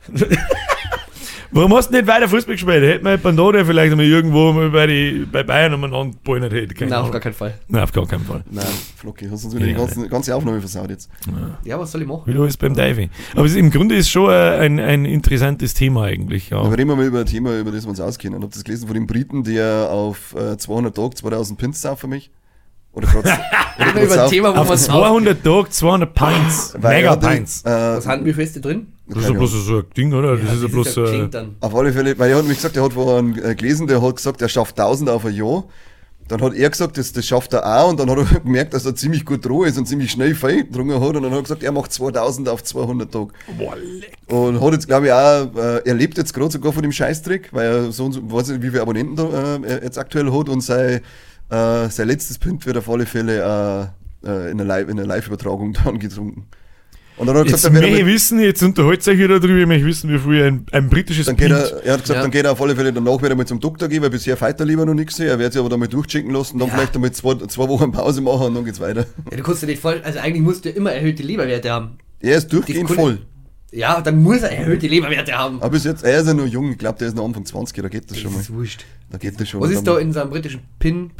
Warum hast du nicht weiter Fußball gespielt? Hätte man Pandora vielleicht einmal irgendwo mal bei Bayern umeinander ballen hätte. Nein, auf gar keinen Fall. Nein, auf gar keinen Fall. Nein, Flocki, hast uns wieder die ganze Aufnahme versaut jetzt. Ja, was soll ich machen? Wie du ist beim Diving. Aber im Grunde ist schon ein interessantes Thema eigentlich. Ja. Aber reden wir mal über ein Thema, über das wir uns auskennen. Habt ihr das gelesen von dem Briten, der auf 200 Tage 2000 Pints sauft für mich? Oder gerade über ein Thema, wo auf man 200 Tage 200 Pints. Mega Pints. Was haben wir feste drin? Das ist ja bloß so ein Ding, oder? Ja, das ist ja bloß auf alle Fälle, weil er hat mir gesagt, er hat vorhin gelesen, der hat gesagt, er schafft 1000 auf ein Jahr. Dann hat er gesagt, das schafft er auch, und dann hat er gemerkt, dass er ziemlich gut dran ist und ziemlich schnell viel getrunken hat, und dann hat er gesagt, er macht 2000 auf 200 Tage. Boah, leck. Und hat jetzt, glaube ich, auch, er lebt jetzt gerade sogar von dem Scheißtrick, weil er so, weiß nicht, wie viele Abonnenten er jetzt aktuell hat, und sein letztes Pint wird auf alle Fälle in einer Live-Übertragung dann getrunken. Und dann hat er gesagt, jetzt unterhaltet euch wieder darüber, ich möchte wissen, wie viel ein britisches dann geht er hat gesagt, dann geht er auf alle Fälle danach wieder mal zum Doktor gehen, weil bisher feiert er lieber noch nichts. Er wird sich aber dann mal durchchecken lassen, dann vielleicht einmal zwei Wochen Pause machen und dann geht's weiter. Ja, du kannst ja nicht voll, also eigentlich musst du immer erhöhte Leberwerte haben. Er ist durchgehend voll. Ja, dann muss er erhöhte Leberwerte haben. Aber bis jetzt, er ist ja noch jung, ich glaube, der ist noch Anfang 20, da geht das schon mal. Das ist wurscht. Da geht das schon. Was ist da in seinem britischen Pint?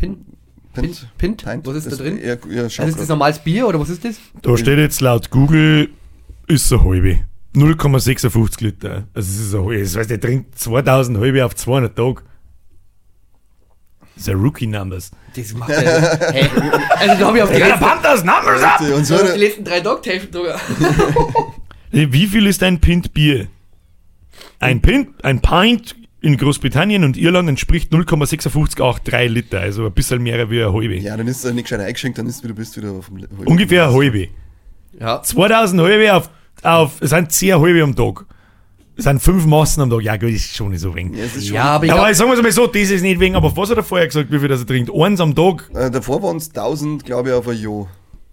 Was ist da drin? Also ist das normales Bier oder was ist das? Da steht jetzt laut Google, ist es eine halbe. 0,56 Liter. Also es ist eine halbe. Das heißt, der trinkt 2000 halbe auf 200 Tage. Das ist ein Rookie-Numbers. Das macht er. Hey, also da habe ich auf die Panthers Numbers ab! Und so die letzten 3 Tage helfen sogar. Wie viel ist ein Pint Bier? Ein Pint in Großbritannien und Irland entspricht 0,5683 Liter, also ein bisschen mehr wie eine halbe. Ja, dann ist er nicht gescheit eingeschenkt, dann bist du wieder auf dem halbe. Ungefähr eine halbe. Ja. 2000 halbe es sind 10 halbe am Tag. Es sind 5 Massen am Tag. Ja, gut, ist schon nicht so wenig. Ja, aber sagen wir es mal so, das ist nicht wegen, aber was hat er vorher gesagt, wie viel das er trinkt? Eins am Tag? Davor waren es 1000, glaube ich, auf ein Jahr.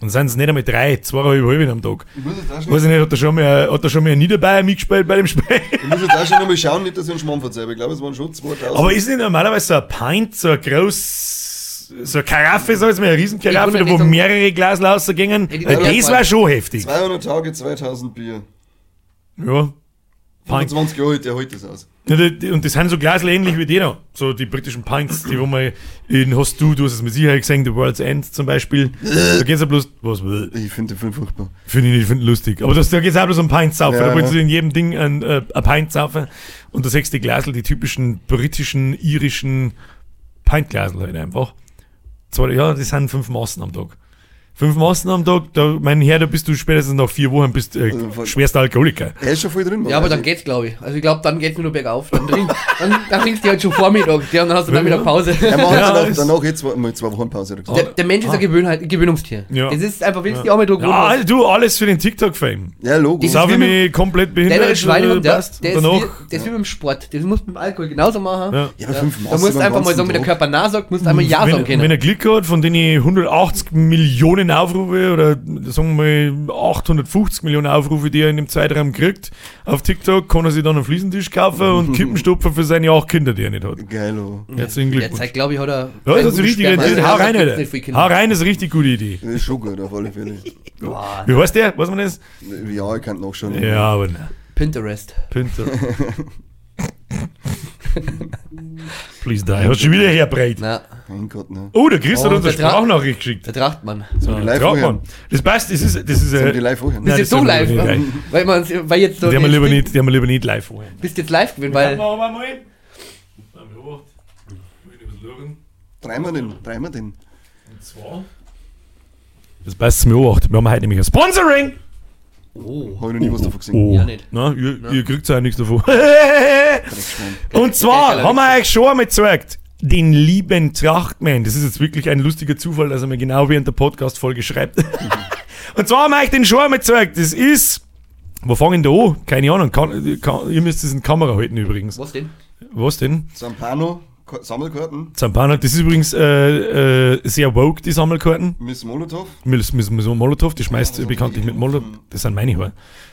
Und sind es nicht einmal 3, 2,5 am Tag. Ich muss jetzt auch Weiß ich nicht, hat da schon mal ein Niederbayer mitgespielt bei dem Spiel? Ich muss jetzt auch schon nochmal schauen, nicht, dass ich einen Schmarrn verzeihe. Ich glaube, es waren schon 2000. Aber ist nicht normalerweise so ein Pint, so ein so eine Karaffe, so jetzt mal eine Riesenkaraffe, wo mehrere Glas rausgingen? Das war schon heftig. 200 Tage, 2000 Bier. Ja. 25 Jahre, der hält das aus. Ja, und das sind so Glasl ähnlich wie die da. So die britischen Pints, die wo man du hast es mit Sicherheit gesehen, The World's End zum Beispiel. Da geht's ja bloß, Ich finde den Film furchtbar. Finde ich lustig. Aber da geht's auch bloß um Pints saufen. Da willst du in jedem Ding ein Pint saufen. Und da siehst du die Glasl, die typischen britischen, irischen Pint-Glasl halt einfach. Ja, das sind 5 Massen am Tag. 5 Maßen am Tag, mein Herr, da bist du spätestens nach 4 Wochen schwerster Alkoholiker. Er ist schon voll drin. Ja, aber dann geht's, glaube ich. Also ich glaube, dann geht's nur noch bergauf. Dann trinkst du halt schon Vormittag, und dann hast du dann wieder Pause. Er macht danach jetzt mal 2 Wochen Pause. Der Mensch ist ein Gewöhnungstier. Ja. Das ist einfach, wenn es die Arme drücken. Ja, du, alles für den TikTok-Fame. Ja, Logo. Das habe ich mich komplett behindert. Der ist wie beim Sport. Das musst du mit dem Alkohol genauso machen. Ja, aber 5 Da musst du einfach mal sagen, wenn der Körper Nein sagt, musst du einmal Ja sagen können. Wenn er Glück hat, von denen 180 Millionen Aufrufe oder sagen wir mal 850 Millionen Aufrufe, die er in dem Zeitraum kriegt, auf TikTok, kann er sich dann einen Fliesentisch kaufen und Kippenstopfer für seine 8 Kinder, die er nicht hat. Geilo. Herzlichen Glückwunsch. Derzeit, glaube ich, hat er. Ja, das ist richtig. Hau rein, Alter. Hau rein, das ist eine richtig gute Idee. Das ist schon gut, auf alle Fälle. Wie heißt der? Weiß man das? Ja, ich kann noch schon. Ja, aber nein. Pinterest. Please die. Hast du schon wieder herbreit? Na. Mein Gott, ne. Oh, der Chris hat uns eine Sprachnachricht geschickt. Der Trachtmann. Trachtmann. Das passt, das ist die live vorher. Bist jetzt so live? Weil jetzt so. Die haben wir lieber nicht live vorher. Bist jetzt live gewesen, weil. Dreimal den. Und zwar. Das passt mir auch. Wir haben heute nämlich ein Sponsoring. Oh. Habe ich noch nie was davon gesehen. Ja, nicht. Na, ihr kriegt ja nichts davon. Und zwar haben wir euch schon einmal gezeigt, den lieben Trachtmann. Das ist jetzt wirklich ein lustiger Zufall, dass er mir genau während der Podcast-Folge schreibt. Und zwar haben wir euch den schon einmal gezeigt. Das ist, wo fangen da an? Keine Ahnung. Ihr müsst es in die Kamera halten übrigens. Was denn? Zampano. Sammelkarten. Zampano, das ist übrigens sehr woke, die Sammelkarten. Miss Molotov. Miss Molotov, die schmeißt bekanntlich mit Molotov. Das sind meine Haare.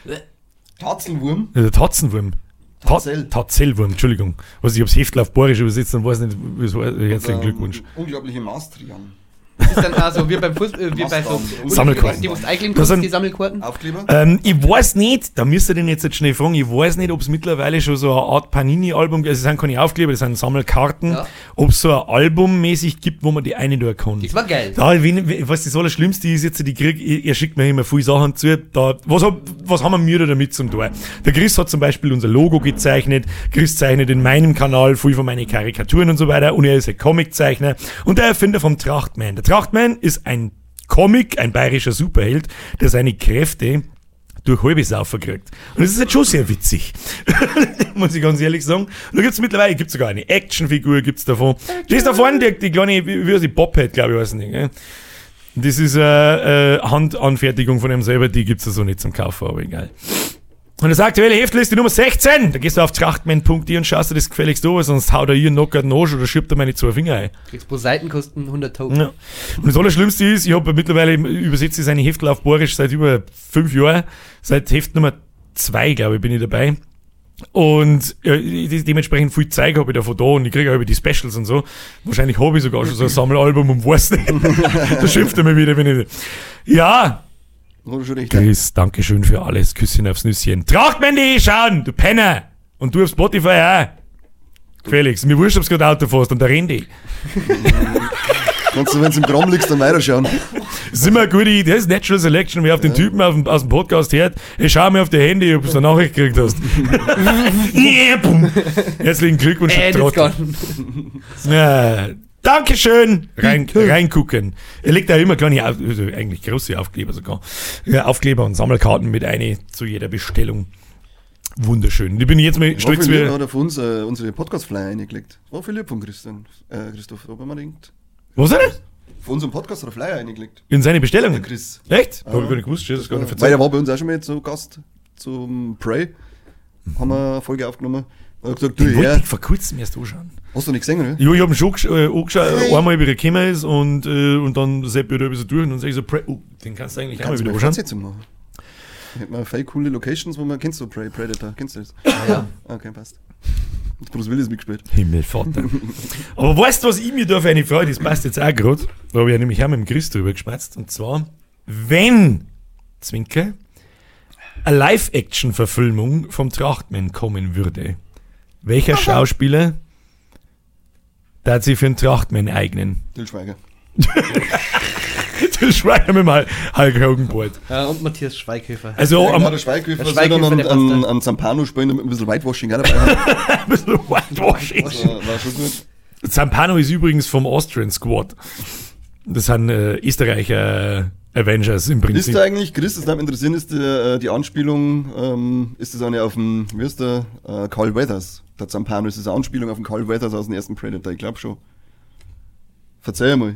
Tatzelwurm. Der Tatzenwurm. Tatzellwurm, Entschuldigung. Also ich hab's Heftl auf Borisch übersetzt und weiß nicht, wie es war. Herzlichen Glückwunsch. Unglaubliche Maastrian. Das ist dann also wie beim Fußball, wie bei so Sammelkarten. Die musst einklicken kannst, die Sammelkarten. Aufkleber? Ich weiß nicht, da müsst ihr den jetzt schnell fragen, ich weiß nicht, ob es mittlerweile schon so eine Art Panini-Album gibt, also es sind keine Aufkleber, das sind Sammelkarten, ob es so ein Album mäßig gibt, wo man die eine da kann. Das war geil. Was das Allerschlimmste ist jetzt, ihr schickt mir immer viele Sachen zu, was haben wir da damit zum tun? Der Chris hat zum Beispiel unser Logo gezeichnet, Chris zeichnet in meinem Kanal viel von meinen Karikaturen und so weiter und er ist ein Comiczeichner und der Erfinder vom Trachtmann. Der Trachtmann ist ein Comic, ein bayerischer Superheld, der seine Kräfte durch Halbesaufer kriegt. Und das ist jetzt schon sehr witzig. Muss ich ganz ehrlich sagen. Und da gibt's mittlerweile, sogar eine Actionfigur, gibt's davon. Die ist da vorne, die kleine, wie heißt die, Bobhead, glaube ich, weiß nicht. Gell? Das ist eine Handanfertigung von ihm selber, die gibt's da so nicht zum Kaufen, aber egal. Und das aktuelle Heftel ist die Nummer 16. Da gehst du auf trachtmann.de und schaust dir das gefälligst an, sonst haut er hier knockert den Arsch oder schiebt er meine 2 Finger ein. Kriegst pro Seitenkosten 100 Token. Ja. Und das Allerschlimmste ist, ich habe mittlerweile übersetze seine Heftel auf Borisch seit über 5 Jahren. Seit Heft Nummer 2, glaube ich, bin ich dabei. Und dementsprechend viel Zeug habe ich davon da und ich kriege auch über die Specials und so. Wahrscheinlich habe ich sogar schon so ein Sammelalbum und weiß nicht. Da schimpft er mir wieder, wenn ich. Ja! Chris, danke schön für alles. Küsschen aufs Nüsschen. Trachtmann.de schauen, du Penner! Und du auf Spotify auch. Felix, mir wurscht, ob du gerade Auto fährst und da rennt ich. Kannst du, wenn du im Gramm liegst, dann weiterschauen. Das ist immer eine gute Idee. Das ist Natural Selection. Wer auf den Typen aus dem Podcast hört, hey, schau mir auf die Handy, ob du eine Nachricht gekriegt hast. Herzlichen Glückwunsch, Trottel. Ja, Dankeschön. Reingucken. Er legt da immer kleine, also eigentlich große Aufkleber sogar. Ja, Aufkleber und Sammelkarten mit ein zu jeder Bestellung. Wunderschön. Ich bin jetzt mal stolz, wie hat er für uns unsere Podcast-Flyer eingelegt. War viel lieb von Christoph, ob man denkt. Was hat er? Für unseren Podcast hat er Flyer eingelegt. In seine Bestellung? Der Chris. Echt? Hab ich gar nicht gewusst, das gar nicht Weil er war bei uns auch schon mal zu Gast zum Prey. Haben wir eine Folge aufgenommen. Er hat gesagt, Den du wollte her. ich vor kurzem erst anschauen. Hast du nicht gesehen, oder? Ja, ich hab ihn schon angeschaut, einmal wie er gekommen ist und dann sepp ich da ein bisschen durch und dann sag ich so, den kannst du eigentlich auch mal Kannst du wieder mal anschauen. Fortsetzung machen? Hätten wir voll coole Locations, wo man, kennst du Predator, kennst du das? Ja. Okay, passt. Und Bruce Willis mitgespielt. Himmelvater. Aber weißt du, was ich mir da für eine Freude, das passt jetzt auch gerade, da habe ich ja nämlich auch mit dem Chris drüber geschmatzt, und zwar, wenn, Zwinker, eine Live-Action-Verfilmung vom Trachtmann kommen würde, welcher Schauspieler darf sich für einen Trachtmann eignen? Til Schweiger. Das Schweiger mit dem Hulk Hogan Board. Ja, und Matthias Schweighöfer. Also Ja, am, der Schweighöfer der soll dann Schweighöfer, der passt da. an Zampano spielen, damit wir ein bisschen Whitewashing auch dabei haben. ein bisschen Whitewashing. War schon gut. Zampano ist übrigens vom Austrian Squad. Das sind Österreicher Avengers im Ist Prinzip. da eigentlich, Chris, das würde mich interessieren, ist die Anspielung, ist das eine auf den, wie ist der, Carl Weathers? Der Zampano, ist das eine Anspielung auf den Carl Weathers aus dem ersten Predator? Ich glaube schon. Verzeih mal.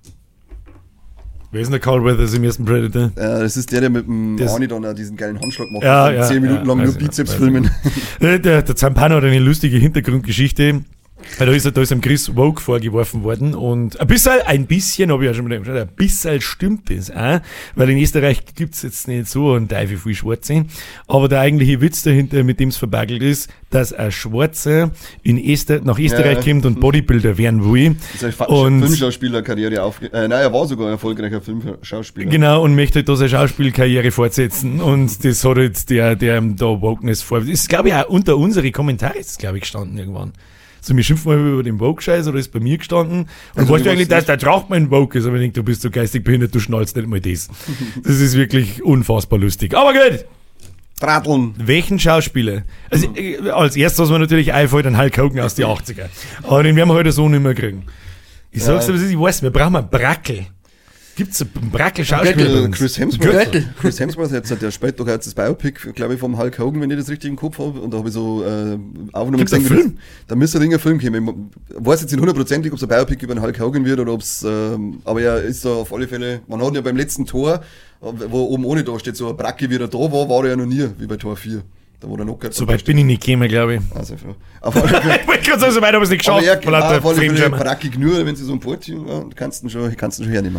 Wer ist denn der Carl Weathers im ersten Predator? Das ist der mit dem Das- Arnie dann auch diesen geilen Handschlag macht. Ja, und ja, 10 Minuten ja, lang nur weiß ich, Bizeps weiß filmen. Der Zampano hat eine lustige Hintergrundgeschichte. Weil da ist am Chris Vogue vorgeworfen worden und ein bisschen, habe ich ja schon mal gesagt, ein bisschen stimmt das auch, weil in Österreich gibt's jetzt nicht so einen Teufel viel Schwarze, aber der eigentliche Witz dahinter, mit dem es verbagelt ist, dass ein Schwarzer nach Österreich kommt und Bodybuilder werden will. Das ist eine Und- Filmschauspielerkarriere nein, er war sogar ein erfolgreicher Filmschauspieler. Genau, und möchte halt da seine Schauspielkarriere fortsetzen und das hat jetzt der ihm da Wokeness vor. Das ist, glaube ich, auch unter unsere Kommentare ist, glaube ich, gestanden irgendwann. So, wir schimpfen mal über den Vogue-Scheiß, oder ist bei mir gestanden? Und Also, weißt du du eigentlich, weißt dass der Trachtmann Vogue ist? Aber ich denke, du bist so geistig behindert, du schnallst nicht mal das. Das ist wirklich unfassbar lustig. Aber gut, Tratteln. welchen Schauspieler? Also, als erstes, was mir natürlich einfällt, ein Hulk Hogan aus den 80er. Aber den werden wir heute so nicht mehr kriegen. Ich sag's dir, was ist, ich weiß, wir brauchen einen Brackel. Gibt's einen Brackel-Schauspieler bei uns? Chris Hemsworth. Gürtel. Chris Hemsworth, der spielt doch jetzt das Biopic, glaube ich, vom Hulk Hogan, wenn ich das richtig im Kopf habe. Und da habe ich so Aufnahmen Gibt's einen gesehen. Film? Da müsste ein Film kommen. Ich weiß jetzt nicht hundertprozentig, ob es ein Biopic über den Hulk Hogan wird oder ob es, aber er ist da auf alle Fälle, man hat ihn ja beim letzten Tor, wo oben ohne da steht, so ein Bracke, wie er da war er ja noch nie, wie bei Tor 4. Da wo der Knocker So weit bin ich nicht gekommen, glaube ich. Also, auf alle Fälle. Ich wollte gerade sagen, so weit habe ich es nicht Aber geschafft. er weil er auf alle Fälle Fremdschirmer- brackig nur, wenn sie so ein Port kannst du ihn schon hernehmen.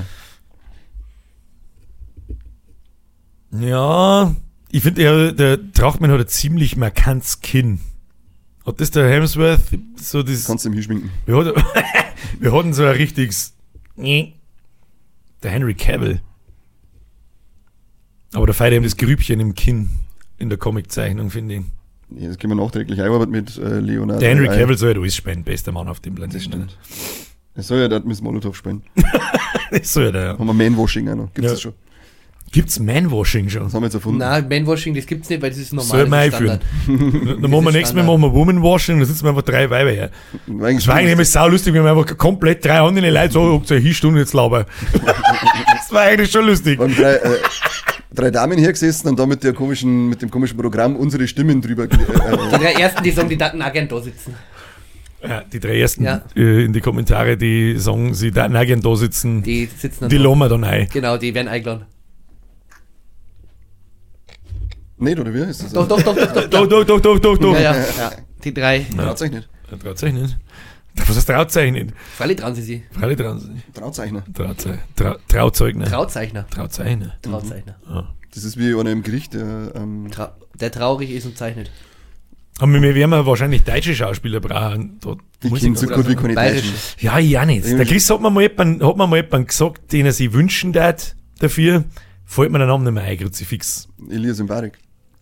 Ja, ich finde, der Trachtmann hat ein ziemlich markantes Kinn. Hat das der Hemsworth so das... Kannst du ihm hinschminken. Wir hatten so ein richtiges... Der Henry Cavill. Aber da feiert ihm das Grübchen im Kinn in der Comiczeichnung, finde ich. Ja, das können wir nachträglich einarbeiten mit Leonardo. Der Henry Cavill soll ja alles spielen, bester Mann auf dem Planeten. Das stimmt. Das soll ja dort Miss Molotov spielen. Das soll ja der. Haben wir Manwashing auch noch. Gibt's Ja. das schon? Gibt's Manwashing schon? Das haben wir jetzt erfunden. Nein, Manwashing, das gibt's nicht, weil das ist normal. Soll man das ist einführen. Standard. Dann machen wir nächstes Mal machen wir Womanwashing, dann sitzen wir einfach 3 Weiber her. Das war eigentlich immer sau lustig, wenn wir einfach komplett 3 andere Leute so, ob eine Stunde jetzt laufen. Das war eigentlich schon lustig. Wir haben 3 Damen hergesessen und da mit dem komischen Programm unsere Stimmen drüber. Die 3 ersten, die sagen, die Datenagent da sitzen. Ja, die 3 ersten Ja. in die Kommentare, die sagen, sie da nirgend da sitzen, Die sitzen dann die da. lassen wir dann ein. Genau, die werden eingeladen. Nicht, oder wie ist das? Doch. Doch. Ja. Die 3. Traut euch nicht. Traut sich nicht. Was heißt Trauzeichnen? Freilich trauen sie sich. Freilich dran sich. Trauzeichner. Trauzeugner. Trauzeichner. Trauzeichner. Trauzeichner. Das ist wie einer im Gericht, der Der traurig ist und zeichnet. Aber wir werden wahrscheinlich deutsche Schauspieler brauchen. Da ich muss kenne ich so gar- gut wie keine Bayerische. Deutschen. Ja, ich auch nicht. Der Chris hat mir mal jemanden gesagt, den er sich wünschen darf dafür. Fällt mir der Name nicht mehr ein, Kruzifix. Elias Mbarek.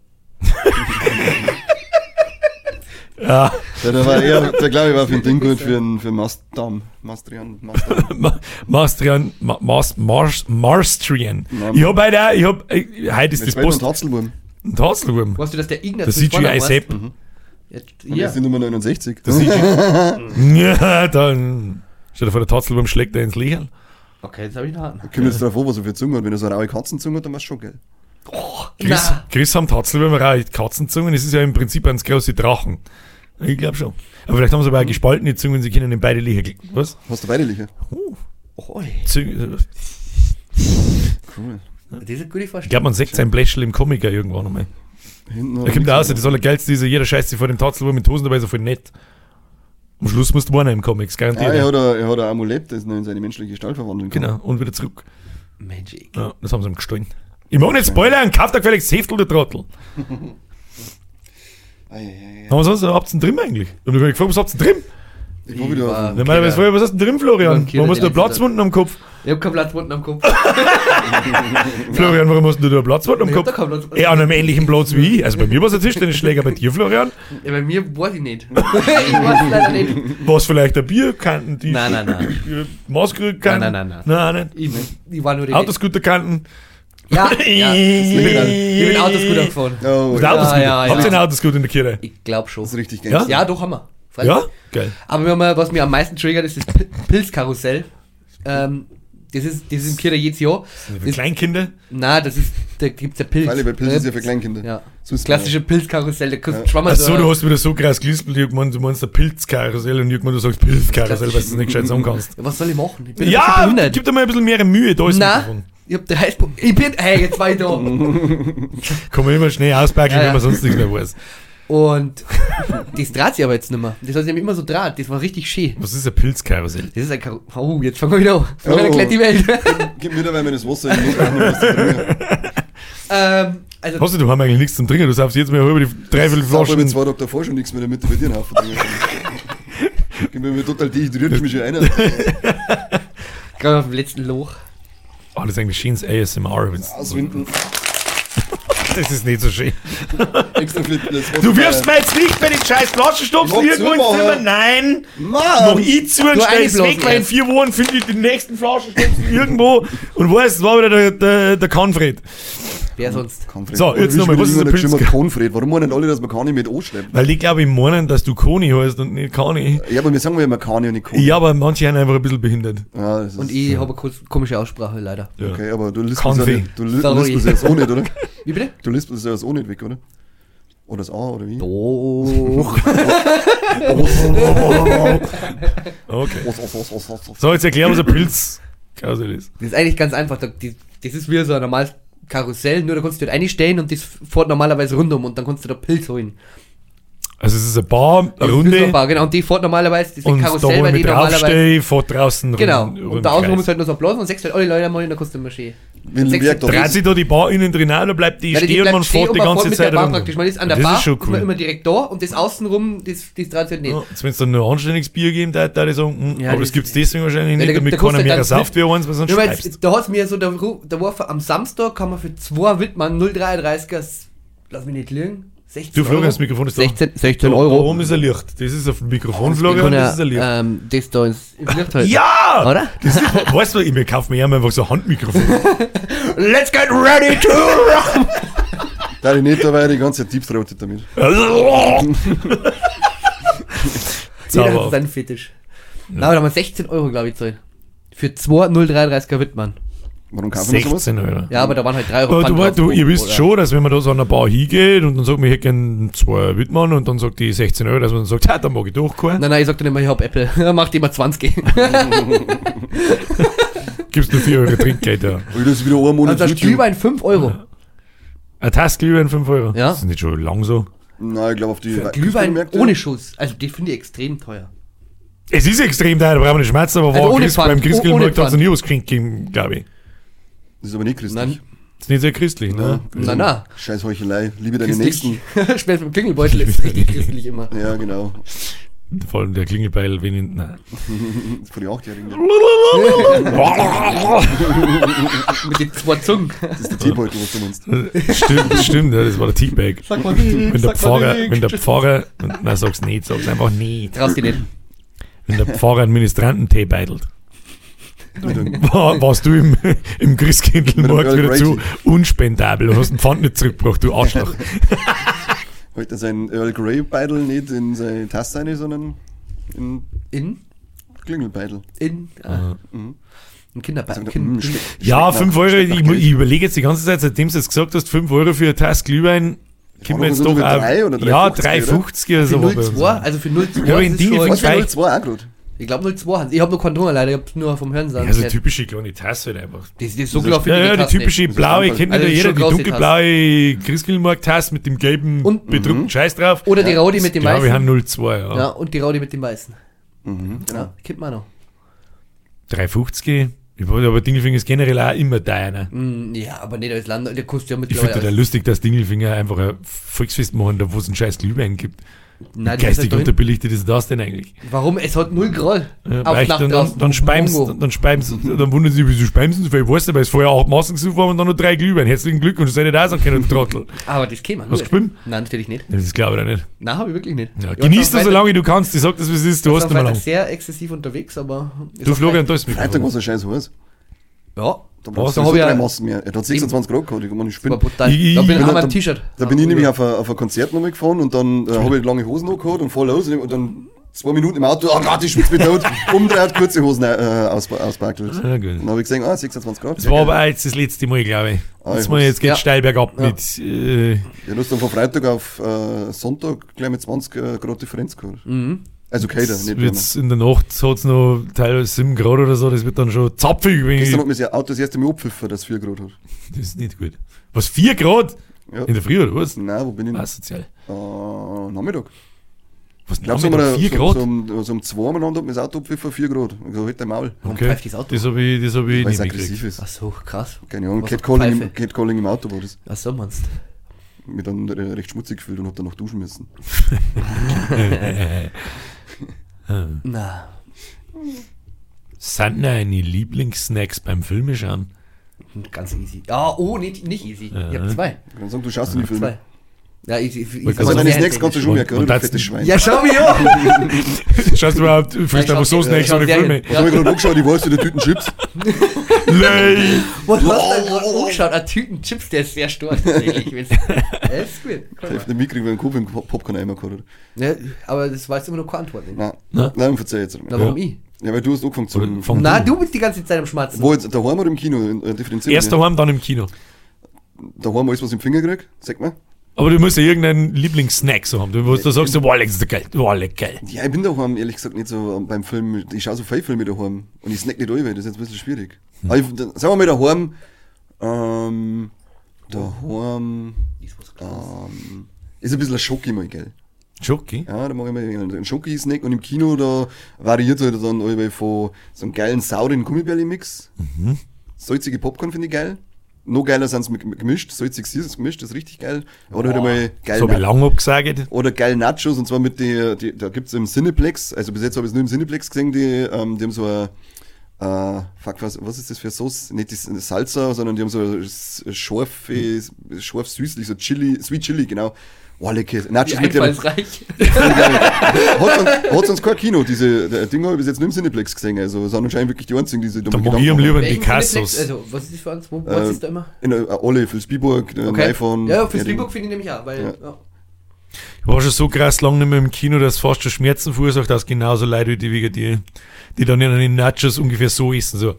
Ja, Der glaube ich war für ein Ding gut, für einen Mastrian. Marstrian. Nein. Ich hab heute ist das Das Post. Tatzelwurm. Ein Taselwurm. Weißt du, dass der Ignaz Der mit Vornamen CGI Sepp. heißt? Und Ja. das ist die Nummer 69. Der CGI. Ja, dann. Stell dir vor, der Taselwurm schlägt er ins Lichel. Okay, jetzt habe ich einen Haken. Kommt jetzt drauf an, was er für Zunge hat. Wenn er so eine raue Katzenzunge hat, dann war's schon geil. Chris haben Taselwürmer auch Katzenzungen. Das ist ja im Prinzip ganz große Drachen. Ich glaube schon. Aber vielleicht haben sie aber auch gespaltene Zungen, sie können in beide Licher. Was? Hast du beide Licher? Oi, Cool. Cool. das ist eine gute Ich Vorstellung. glaube, man sieht sein Bläschel im Comic auch irgendwann einmal. Hinten Da kommt auch raus, das Allergeilste ist, jeder scheißt sich vor dem Tatzel mit Hosen dabei, so voll nett. Am Schluss musst du warnen im Comics, garantiert. er hat ein Amulett, das ihn in seine menschliche Gestalt verwandeln kann. Genau, und wieder zurück. Magic. Ja, das haben sie ihm gestohlen. Ich mag nicht spoilern, kauft da gefälligst das Heftel, der Trottel. Aber sonst, habt ihr denn drin eigentlich? Ich hab mich gefragt, was habt ihr drin? Ich war wieder auf Ich meine, was hast du denn drin, Florian? Warum hast du da Platzwunden am Kopf? Ich hab keine Platzwunden am Kopf. Florian, warum hast du da Platzwunden am Ich hab Kopf? da keinen Platzwunden. Ja, an einem ähnlichen Platz wie ich. Also bei mir war es ein Tischtennisschläger, bei dir, Florian? Ja, bei mir weiß ich nicht. Ich weiß leider nicht. War es vielleicht ein Bierkanten? Die Nein. Maßkrügelkanten? Nein. Nicht. Ich war nur die Autoscooterkanten? Ja. Ich bin Autoscooter gefahren. Oh, Habt ihr einen Autoscooter in der Kirche? Ich glaube schon. das ist richtig geil. Ja? Ja, doch haben wir. Freilich. Ja? Geil. Aber was mir am meisten triggert, ist das Pilzkarussell. Das ist im Kirche jedes Jahr. Für Kleinkinder? Nein, da gibt's ja Pilz. Weil Pilz ist ja für Kleinkinder. Ja. So ist Klassische Pilzkarussell. Da kannst du schwammen. Achso, du hast wieder so krass gelispelt, Jürgen, du meinst der Pilzkarussell und Jürgen, du sagst Pilzkarussell, weil du es nicht gescheit sagen kannst. Was soll ich machen? Ich bin Ja, gib dir mal ein bisschen mehr Mühe, da ist Nein, ich hab den Heißpunkt. Hey, jetzt war ich da. Kann man immer schnell auspacken, Ja. wenn man sonst nichts mehr weiß. Und das dreht sich aber jetzt nicht mehr. Das hat sich immer so draht. Das war richtig schön. Was ist ein Pilzkarussell? Das ist ein Oh, jetzt fangen wir wieder an. Florian erklärt die Welt. Gib mir dabei das Wasser in den Mund rein, was zu trinken. Also, Hast du haben eigentlich nichts zum Trinken, du saufst jetzt mal über die dreiviertel Ich habe Flaschen. 2 Tage davor schon nichts mehr damit bei dir einen Haufen trinken. Gib mir total dehydriert, ich mich schon einer. gerade auf dem letzten Loch. Oh, das ist eigentlich schönes ASMR. Auswinden. Das ist nicht so schön. Extra Flip. Du wirfst mir jetzt nicht bei den scheiß Flaschenstopfen Ich mach irgendwo ins zu, Zimmer. Mann. Nein! Mann! Mach ich zu und stell's einblasen weg, weil in erst. 4 Wochen finde ich den nächsten Flaschenstopfen irgendwo und weiß, es war wieder der Kanfred. Wer sonst? Konfred. So, jetzt nochmal, was ist ein Pilz? Konfred? Warum meinen alle, dass man Kani mit anschleppt? Weil die, glaube ich, meinen, dass du Koni heißt und nicht Kani. Ja, aber wir sagen ja immer Kani und nicht Koni. Ja, aber manche sind einfach ein bisschen behindert. Ja, das ist, Und ich habe eine komische Aussprache, leider. Ja. Okay, aber du lispelst Konfi. ja nicht. Du Sorry. lispelst ja das auch nicht, oder? Wie bitte? Du lispelst ja das auch nicht weg, oder? Oder das A, oder wie? Doch. Okay. So, jetzt erklär, was ein Pilzkarussell ist. Das ist eigentlich ganz einfach. Das ist wie so ein normales Karussell, nur da kannst du dort einstehen und das fährt normalerweise rundum und dann kannst du da Pilz holen. Also es ist eine Bar, eine Runde. Bar, genau, und die fährt normalerweise, das ist ein Und da, Karussell, wo weil ich die mit normalerweise... draufstehe, fährt draußen Genau, rund und da außenrum Kreis. ist halt nur so ein Blasen und sechst halt alle Leute einmal und dann kannst du immer schön. Wenn Sechs- Berg da Dreht ist. sich da die Bar innen drin an, oder bleibt die Nein, stehen und man stehen fährt die man ganze fährt mit Zeit der Bar rum? praktisch. Man ist an der Das Bar, ist schon ist man cool. immer direkt da und das außenrum, das dreht sich halt nicht. Ja, wenn es dann noch ein anständiges Bier geben, da ich sagen, Ja, aber das- das gibt es deswegen wahrscheinlich Ja, nicht, da- damit da keiner kostet mehr dann- sauft wie eins, weil sonst Ja, weil schreibst. jetzt, da hat mir so, da war am Samstag, kann man für 2 Wittmann 0,33er, lass mich nicht lügen, 16 Du, Florian, Euro. das Mikrofon ist da. 16 Da Euro. oben ist ein Licht. Das ist auf dem Mikrofon, Ich Florian, kann das ist ein Licht. das da ins Licht halten. Ja! Oder? Das ist, weißt du, ich kaufe mir einfach so ein Handmikrofon. Let's get ready to rock! Da ich nicht, da war ich die ganze Zeit deepthroated damit. Jeder hat Zauber. seinen Fetisch. Na, aber da haben wir 16 Euro, glaube ich, zahlt. Für 2 0,33er Wittmann. Warum kaufen wir sowas? 16 Euro. Ja, aber da waren halt 3 Euro Aber Pfand drauf, ihr wisst oder? schon, dass wenn man da so an einer Bar hingeht und dann sagt man, ich hätte gerne 2 Wittmann und dann sagt die 16 Euro, dass man dann sagt, ja, dann mag ich durchgehen. Nein, ich sag dann immer, ich hab Apple. Macht immer 20. Gibst nur 4 Euro Trinkgeld, ja. Weil das ist wieder ein Monat Also das YouTube. Glühwein 5 Euro. Ein Tass Glühwein 5 Euro. Ja. Das ist nicht schon lang so. Nein, ich glaube auf die Für Glühwein Märkte. ohne Schuss. Also die finde ich extrem teuer. Es ist extrem teuer, da brauchen wir nicht schmerzen, aber Also war ohne Christ, Pfand. beim Ohne Christkindlmarkt hat es Pfand. nie was geschenkt gegeben, glaube ich. Das ist aber nicht christlich. Nein, Das ist nicht sehr christlich, ne? na. Scheiß Heuchelei. Liebe deine Christlich. Nächsten. Später beim Klingelbeutel ist es richtig christlich immer. Ja, genau. Vor allem der Klingelbeil, wenn ich. Nein. Von den 8-Jährigen. Mit den 2 Zungen. Das ist der Teebeutel, was du meinst. Stimmt, ja, das war der Teabag. Sag mal nicht. Wenn der Pfarrer, nein, sag's nicht, sag's einfach nicht. Traust dich nicht. Wenn der Pfarrer einen Ministranten-Tee beidelt. Warst du im Christkindlmarkt Mit dem wieder Earl zu Grey. unspendabel und hast den Pfand nicht zurückgebracht, du Arschloch. Heute sein Earl Grey Beidel nicht in seine Tasse rein, sondern in In? Klingelbeidel. Ein Kinderbein. Ja, 5 Euro, ich überlege jetzt die ganze Zeit, seitdem du es gesagt hast, 5 Euro für eine Tasse Glühwein, kommt mir doch jetzt so doch wie auch. 3 oder Ja, 3,50 3,50 oder Für so. war bei uns. 0,2, also für 0,2 Ja, aber in ist es Dinge schon- Was für Gleich. 0,2 auch gerade? Ich glaube 0,2 haben. Ich habe noch keinen Hunger leider, ich habe nur vom Hören sagen. Ja, so typische kleine Tasse halt einfach. Das ist so klar für Ja, die typische blaue, kennt Also ja jeder, schon die große dunkelblaue Christkindlmarkt-Tasse mit dem gelben Und- bedruckten Scheiß drauf. Oder die Raudi mit dem Ja, wir haben weißen. 0,2, ja. Ja, und die Raudi mit dem weißen. Mhm. Genau, kennt man auch noch. 3,50. Ich wollte aber Dingelfinger ist generell auch immer deiner. Ja, aber nicht als Land, der kostet ja Ich mittlerweile. finde das lustig, dass Dingelfinger einfach ein Volksfest machen, da wo es einen scheiß Glühwein gibt. Nein, das Geistig ist halt unterbelichtet ist das denn eigentlich? Warum? Es hat 0 Grad. Ja, Auf reicht, Nacht dann draußen. dann speimst Mongo. dann wundern sie, wieso speimst du? Weil ich weiß nicht, weil es vorher 8 Massen gesucht haben und dann noch 3 Glühwein. Herzlichen Glückwunsch, das hätte ich da sagen können, du Trottel. Aber das käme Hast du gespielt? Nein, natürlich nicht. Das glaube ich auch nicht. Nein, habe ich wirklich nicht. Ja, Ich genieß war das so lange du kannst. Ich sag das, wie es ist. Du hast nicht mehr Freitag lang. sehr exzessiv unterwegs, aber. ist Du, auch Florian, fein. da ist mit. Freitag war es ein scheiß heiß. Ja, Da brauchst da du hab so ich ja- 3 Massen mehr. Er hat 26 Grad gehabt, ich kann mir nicht das war spinnen. brutal. Ich- Da bin ich- ich da- am T-Shirt. Da bin ich nämlich auf ein Konzert nochmal gefahren und dann habe ich lange Hosen angehabt und voll aus und dann 2 Minuten im Auto, Gott, ich schwitze mich tot, umdreht, kurze Hosen ausbackelt. Ja, gut. Dann habe ich gesehen, 26 Grad. Das war aber auch jetzt das letzte Mal, glaube ich. ich Jetzt geht Ja. steil bergab Ja. mit. Ja, du hast dann von Freitag auf Sonntag gleich mit 20 Grad Differenz gehabt. Also kälter, nicht wärmer. Wird's in der Nacht hat es noch teilweise 7 Grad oder so, das wird dann schon zapfig. Wenn ich, Gestern hat mir das Auto das erste Mal abgepfiffen, dass es 4 Grad hat. das ist nicht gut. Was, 4 Grad? Ja. In der Früh oder was? Nein, wo bin ich noch? Asozial. Nachmittag. Was, Ich glaube, so, Nachmittag 4 Grad? so um 2 umeinander hat mir das Auto abgepfiffen, 4 Grad. Ich so, halt dein Maul. Warum Okay, pfeift das Auto? das habe ich Weil es nicht mitgekriegt. aggressiv ist. Ach so, krass. Keine Ahnung, Was Catcalling für Catcalling im Auto war das. Ach so, meinst Mich dann recht schmutzig gefühlt und hab dann noch duschen müssen. Na, Sind deine Lieblingssnacks beim Filme schauen? ganz easy. Ja, oh, nicht easy. Ich hab 2. Dann sagen, du schaust in die Filme. 2. Ja, ich Also Also sehr deine Snacks kannst du schon Und- merken, und oder? Du das- fettes Schwein. Ja, schau mich an! Schaust du überhaupt, frisst Ja, aber so ich schau- Snacks ich schau oder Serien. Filme? Was hab ich gerade angeschaut? Ich weiß, wie der Tüten Chips. Nein! Was hast du denn gerade angeschaut? Ein Tüten Chips, der ist sehr stark. Tatsächlich. Er ist gut. Ich hab nicht mitgekriegt, weil ein Kopf im Popcorn einmal gehabt hat. Ja, aber das weißt du immer noch keine Antwort. Nicht. Nein, Na? nein, verzeih jetzt. Na, warum ich? Ja, weil du hast angefangen zu. Oder vom- Na, du bist die ganze Zeit am Schmatzen. Wo jetzt, daheim oder im Kino? Differenziert. Erst daheim, dann im Kino. Daheim alles, was ich im Finger krieg, sag mal. Aber du musst ja irgendeinen Lieblingssnack so haben. Du sagst so, wow, lecker geil, wow, lecker geil. Ja, ich bin daheim, ehrlich gesagt, nicht so beim Film. Ich schaue so viele Filme daheim und ich snack nicht alle, das ist jetzt ein bisschen schwierig. Aber ich, sagen wir mal daheim, ist ein bisschen ein Schoki mal, gell? Schoki? Ja, da mache ich mal einen Schoki-Snack und im Kino, da variiert halt dann allweil von so einem geilen, sauren Gummibärli-Mix. Salzige Popcorn finde ich geil. Noch geiler sind sie gemischt, salzig süßes gemischt, das ist richtig geil. Oder halt einmal geil. Das habe ich lange abgesagt. Oder geil Nachos, und zwar mit da gibt es im Cineplex, also bis jetzt habe ich es nur im Cineplex gesehen, die haben so was ist das für Sauce? Nicht die Salsa, sondern die haben so scharf süßlich, so Chili, Sweet Chili, genau. Oh, lecker. Nachos mit der, Einfallsreich. hat sonst kein Kino, diese Dinger habe ich bis jetzt nur im Cineplex gesehen, also sind anscheinend wirklich die einzigen, die sich Da mal mag ich am Gedanken lieber Welchen die Cassos. Cineplex? Also, was ist das für uns? Was ist da immer? machen. Alle, für Spielberg, iPhone. Ja, für Spielberg finde ich nämlich auch, weil. Ja. Ja. Ich war schon so krass lange nicht mehr im Kino, dass fast schon Schmerzen verursacht, dass genauso Leute wie die wegen die dann in den Nachos ungefähr so essen, so.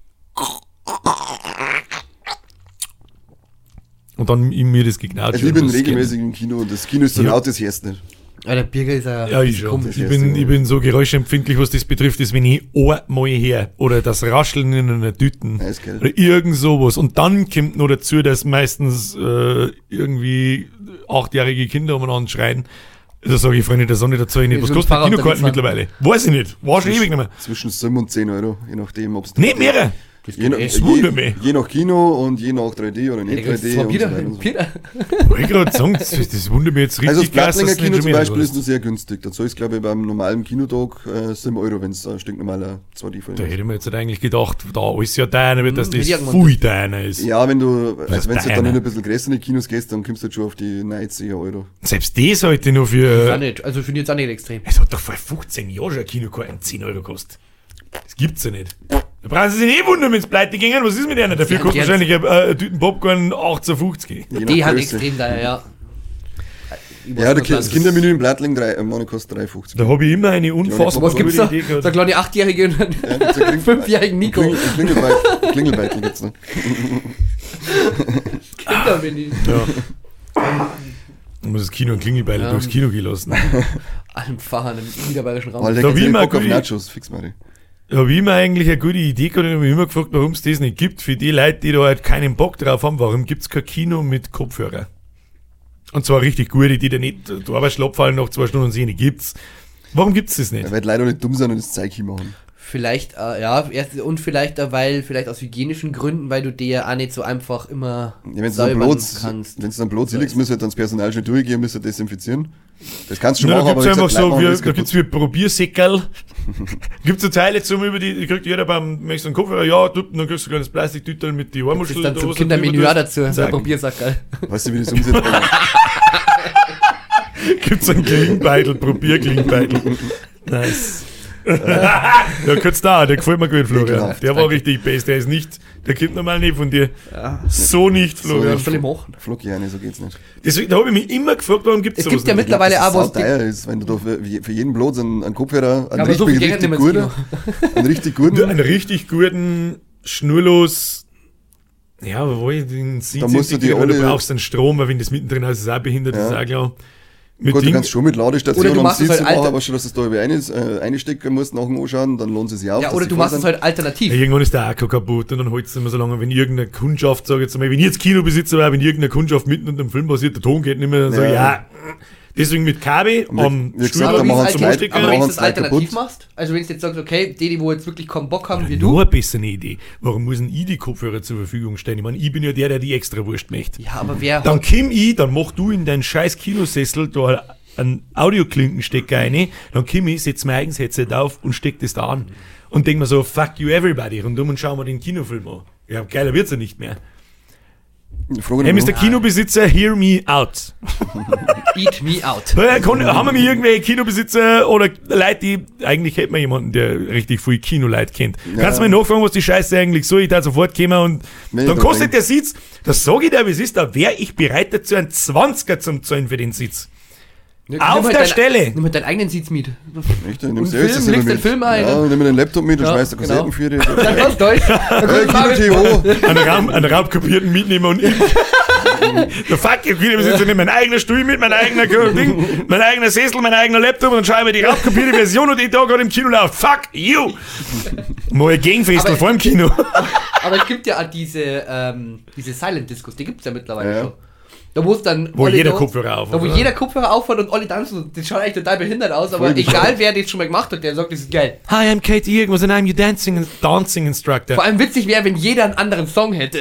Und dann in mir das geknatscht. Also ich bin und das regelmäßig im Kino und das Kino ist so Ja. laut, das hörst du nicht. Ja, der Birger ist ein Ja, ich bisschen schon. komisch. Ich bin so geräuschempfindlich, was das betrifft, ist, wenn ich einmal her oder das Rascheln in einer Tüten Ja, ist geil. oder irgend sowas. Und dann kommt noch dazu, dass meistens irgendwie 8-jährige Kinder umeinander schreien. Da sage ich, Freunde, der Sonne dazu nicht. Nee, Was sonst kostet Fahrrad die Kinokarten damit mittlerweile? Weiß ich nicht. War schon ewig nicht mehr. Zwischen 7 und 10 Euro, je nachdem, ob es Nicht mehr. Je nach, Das wundert mich. je nach Kino und je nach 3D oder nicht 3D und so weiter und so. Peter. Wollte ich gerade sagen, das wundert mich jetzt Also das richtig krass, Blattlinger dass du Kino nicht zum schon mehr Beispiel ist hast. nur sehr günstig. Da zahlst du, glaube ich, beim normalen Kinotag 7 Euro, wenn es ein Stück normaler 2D-Film Da ist. hätte ich mir jetzt eigentlich gedacht, da alles ja deiner wird, dass das hätte ich irgendwann- viel deiner ist. Ja, wenn du, Was also wenn du dann deiner? in ein bisschen größere Kinos gehst, dann kommst du halt schon auf die 90 Euro. Selbst das heute noch Auch für... nicht. Also finde ich jetzt auch nicht extrem. Es hat doch vor 15 Jahren schon ein Kinokarten 10 Euro gekostet. Das gibt's ja nicht. Da brauchen sie sich nicht wundern, wenn sie pleite gingen. Was ist mit denen? Dafür Ja, kostet die wahrscheinlich eine Tüten Popcorn 18,50. Je nach Die hat Größe. extrem da, ja. Ich weiß Ja, nicht, das Kindermenü im Blattling kostet 3,50. Da habe ich immer eine unfassbar Was gibt's da? gute Idee So gehabt. eine kleine 8-Jährige und einen Ja, gibt's ein 5-jährigen Nico. Klingelbeitel gibt's noch. Kindermenü. Ja. Du musst das Kino und Klingelbeil durchs Kino gehen lassen. Allem Fahren im niederbayerischen Raum. Weil Da will man Bock auf Nachos, fix mal. Habe ich mir eigentlich eine gute Idee gehabt und habe mich immer gefragt, warum es das nicht gibt. Für die Leute, die da halt keinen Bock drauf haben, warum gibt es kein Kino mit Kopfhörer? Und zwar richtig gute, die da nicht die Arbeit schlapp fallen nach 2 Stunden und sehen, die gibt's. Warum gibt's das nicht? Er wird leider nicht dumm sein und das Zeug machen. Vielleicht, vielleicht aus hygienischen Gründen, weil du dir auch nicht so einfach immer säubern kannst. Wenn es dann Blut liegst, müsste dann das Personal schon durchgehen, müsste desinfizieren. Das kannst du schon machen, aber da gibt's einfach gesagt, da gibt's wie Probiersäckerl. Gibt's so Teile zum die kriegt jeder beim nächsten Kopfhörer, ja, dann kriegst du ein kleines Plastiktütel mit die Ohrmuschel. Das ist dann zum Kindermenü dazu, so ein Probiersackerl. Weißt du, wie das umsetzt? Gibt's einen Klingenbeitel, Probierklingenbeitel. Nice. Ja, kurz da, der gefällt mir gut, Florian. Der war richtig best, der ist nicht, der kommt normal nicht von dir. Ja. So nicht, Florian. Was soll ich machen? Flug ja nicht, so geht's nicht. Deswegen, da habe ich mich immer gefragt, warum gibt's sowas nicht. Es gibt ja mittlerweile auch was teuer ist, wenn du da für jeden Bloß einen Kopfhörer, einen so richtig guten, schnurlos, ja, aber wo ich den sieht, da musst du brauchst einen Strom, weil wenn das mittendrin ist, ist es auch behindert, das ist auch klar. Gut, du kannst schon mit Ladestation am Sitz machen, aber schon, dass du da über einstecken musst, nach dem Anschauen, dann lohnt es sich auch. Ja, oder du machst es halt alternativ. Ja, irgendwann ist der Akku kaputt und dann holst du immer so lange, wenn irgendeine Kundschaft, sag ich jetzt mal, wenn ich jetzt Kinobesitzer wäre, wenn irgendeine Kundschaft mitten unter dem Film passiert, der Ton geht nicht mehr, dann so, deswegen mit Kabel am Stuhl zum Anstecker. Aber wenn du das alternativ machst, also wenn du jetzt sagst, okay, die wo jetzt wirklich keinen Bock haben, wie du. Nur eine bessere Idee. Warum muss denn ich die Kopfhörer zur Verfügung stellen? Ich meine, ich bin ja der die extra Wurst möchte. Ja, aber wer... Dann dann mach du in deinen scheiß Kinosessel da einen Audioklinkenstecker rein, dann komm ich, setz mein eigenes Headset auf und steck das da an. Und denk mir so, fuck you everybody, rundum und schauen wir den Kinofilm an. Ja, geiler wird's ja nicht mehr. Hey, Mr. Kinobesitzer, hear me out. Eat me out. Haben wir irgendwelche Kinobesitzer oder Leute, die, eigentlich hätten wir jemanden, der richtig viel Kinoleute kennt. Ja. Kannst du mir nachfragen, was die Scheiße eigentlich so, ich da sofort kommen und dann kostet der Sitz, das sage ich dir, wie es ist, da wäre ich bereit dazu, einen 20er zum zahlen für den Sitz. Ja, auf der Stelle! Nimm mit deinen eigenen Sitz mit. Echt? Nimmst den Film ein. Ja, nimm den Laptop mit und schmeißt da Kassetten für dich. Dann kannst du Deutsch. Einen raubkopierten mitnehmen und der fuck, ich nehme meinen eigenen Stuhl mit, mein eigener Ding, mein eigener Sessel, mein eigener Laptop und dann schaue ich mir die raubkopierte Version und die da gerade im Kino läuft. Fuck you! Mal ein Gegenfestel vor dem Kino. Aber es gibt ja auch diese Silent Discos, die gibt es ja mittlerweile schon. Da muss dann wo jeder Kopfhörer aufhört. Wo jeder Kopfhörer aufhört und alle tanzen. Das schaut eigentlich total behindert aus, aber egal wer das schon mal gemacht hat, der sagt, das ist geil. Hi, I'm Katie Irgendwas and I'm your dancing instructor. Vor allem witzig wäre, wenn jeder einen anderen Song hätte.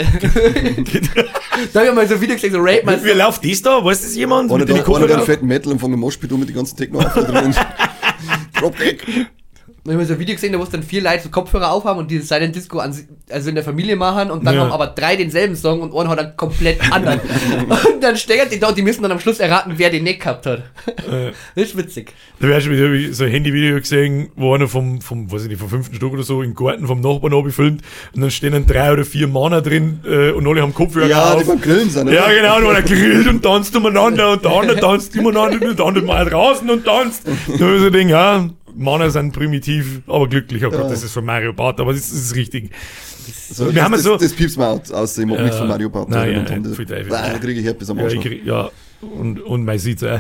Da habe ich mal so Video gesehen, so Rape Man. Wie läuft das da? Weiß das jemand? Oder den fetten Metal und von dem Moshpit mit den ganzen Techno-Aufnahmen drin. Dropkick. Ich habe mal so ein Video gesehen, da wo es dann 4 Leute so Kopfhörer aufhaben und dieses Silent Disco also in der Familie machen und dann haben aber 3 denselben Song und einer hat einen komplett anderen. Und dann steigert die da und die müssen dann am Schluss erraten, wer den nicht gehabt hat. Das ist witzig. Da wäre schon wieder so ein Handyvideo gesehen, wo einer vom 5. Stock oder so im Garten vom Nachbarn abgefilmt und dann stehen dann 3 oder 4 Männer drin und alle haben Kopfhörer auf. Ja, die beim Grillen sind. Ja, genau, und einer grillt und tanzt umeinander und der andere tanzt umeinander und der andere mal draußen und tanzt. Da ist so ein Ding, ja. Männer sind primitiv, aber glücklich. Oh Gott, das ist von Mario Bart, aber das ist richtig. So, das piepst mir aus, ich mag nicht von Mario Bart. Nein, da kriege ich Herpes am Arsch. Und mein Sitz auch.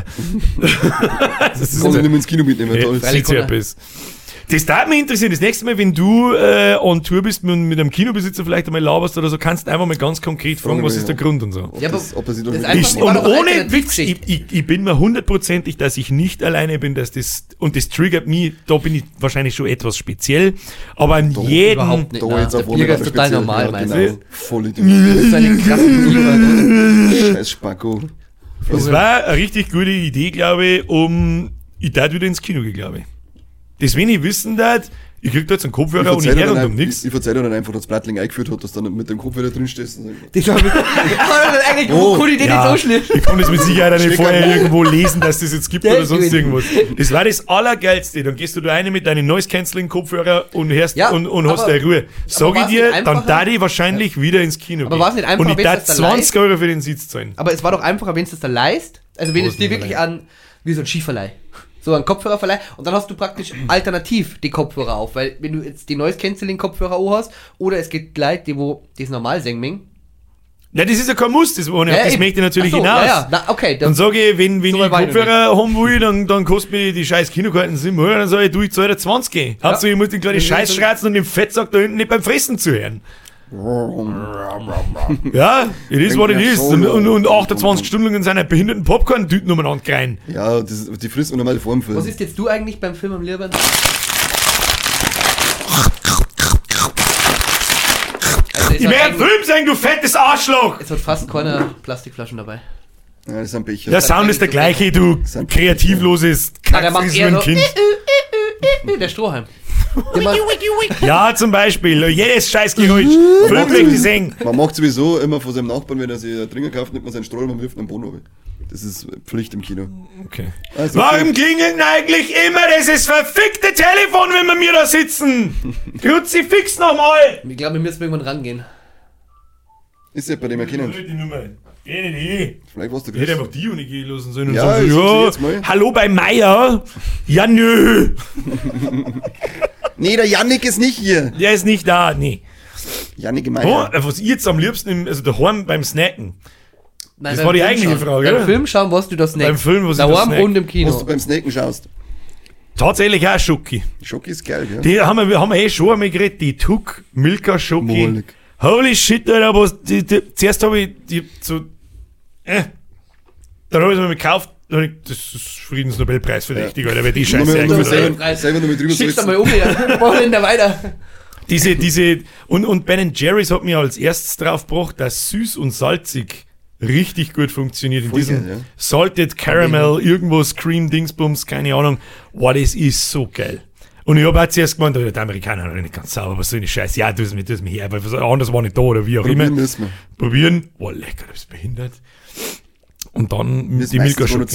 Das ist nicht mehr ins Kino mitnehmen. Sitzherpes. Das darf mich interessieren. Das nächste Mal, wenn du on Tour bist mit einem Kinobesitzer vielleicht einmal laberst oder so, kannst du einfach mal ganz konkret fragen, was ist der Grund und so. Ja, aber und ohne Witz, ich bin mir hundertprozentig, dass ich nicht alleine bin, dass das triggert mich, da bin ich wahrscheinlich schon etwas speziell, aber an jedem... Der Bierger ist total normal, meinst du? Voll Idiot. Das ist eine krasse Scheiß Spacko. Das war eine richtig gute Idee, glaube ich, ich darf wieder ins Kino gehen, glaube ich. Das, wenn ich wissen darf, ich krieg da jetzt einen Kopfhörer und ich höre dann nichts. Ich erzähle dann einfach, dass Blattling eingeführt hat, dass du dann mit dem Kopfhörer drin stehst. Das war eigentlich cool, die nicht so schlimm. Ich kann das mit Sicherheit nicht vorher irgendwo lesen, dass das jetzt gibt oder sonst irgendwas. Das war das Allergeilste. Dann gehst du da rein mit deinen Noise-Canceling-Kopfhörer und hörst und hast deine Ruhe. Sag ich dir, dann darf ich wahrscheinlich wieder ins Kino gehen. War's nicht einfacher, und ich darf 20 € für den Sitz zahlen. Aber es war doch einfacher, wenn es das da leist. Also wenn es dir wirklich wie so ein Skiverleih. So ein Kopfhörerverleih und dann hast du praktisch alternativ die Kopfhörer auf, weil wenn du jetzt die Noise Cancelling Kopfhörer hast oder es gibt Leute, die wo das normal singen, Ja, das ist ja kein Muss, das möchte ich natürlich hinaus. Ja. Na, okay. Dann sage ich, wenn ich so Kopfhörer haben will, dann kostet mir die scheiß Kinokarten 7 Euro, dann sage ich, ich zahle 20. Hauptsache, ich muss den kleinen Scheiß schreizen und den Fettsack da hinten nicht beim Fressen zu hören. Ja, it is what it is. Und 28 Stunden lang in seiner behinderten Popcorn-Tüten umeinander rein. Ja, die frisst man normal vor dem Film. Was ist jetzt du eigentlich beim Film am Liebern? Ich werde im Film sein, du fettes Arschloch! Es hat fast keine Plastikflaschen dabei. Ja, das ist ein Becher. Der Sound ist der gleiche, du kreativloses Kind. Der Strohhalm. Ja, zum Beispiel. Jedes Scheißgeräusch. Film möchte ich singen. Man macht sowieso immer von seinem Nachbarn, wenn er sich einen Trinker kauft, nimmt man seinen Strohhalm und wirft einen Boden runter. Das ist Pflicht im Kino. Okay. Also, warum klingelt eigentlich immer dieses verfickte Telefon, wenn wir mir da sitzen? Kruzifix nochmal! Ich glaube, wir müssen irgendwann rangehen. Ist ja bei dem erkennen. Die Nummer. Geh nicht. Vielleicht warst du Ich hätte einfach die und ich gehen lassen sollen und ja, sagen so, ja, hallo bei Meier. Ja, nö. Nee, der Jannik ist nicht hier. Der ist nicht da, nee. Jannik Meier. Oh, was ich jetzt am liebsten, also daheim beim Snacken. Nein, das war die eigentliche Frage, oder? Beim Film schauen, was du das snackst. Beim Film, was daheim und im Kino. Was du beim Snacken schaust. Tatsächlich auch Schoki. Schoki ist geil, ja. Die haben wir schon einmal geredet, die Tuck Milka Schoki. Molig. Holy shit, Alter, was, zuerst habe ich die so, dann habe ich es mir gekauft, das ist Friedensnobelpreis verdächtig, Alter, weil die Scheiße selber nur mit drüber schick's einmal um, ja. Wollen da weiter. Und Ben Jerry's hat mir als erstes drauf gebracht, dass süß und salzig richtig gut funktioniert. In diesem Salted Caramel, irgendwas, Cream, Dingsbums, keine Ahnung. Wow, das ist so geil. Und ich habe auch zuerst gemeint, der Amerikaner hat nicht ganz sauber, was so eine Scheiße. Ja, tu es mir her, weil was anderes war nicht da oder wie auch immer. Probieren. Wow, lecker, du bist behindert. Und dann das die Milka-Schoki.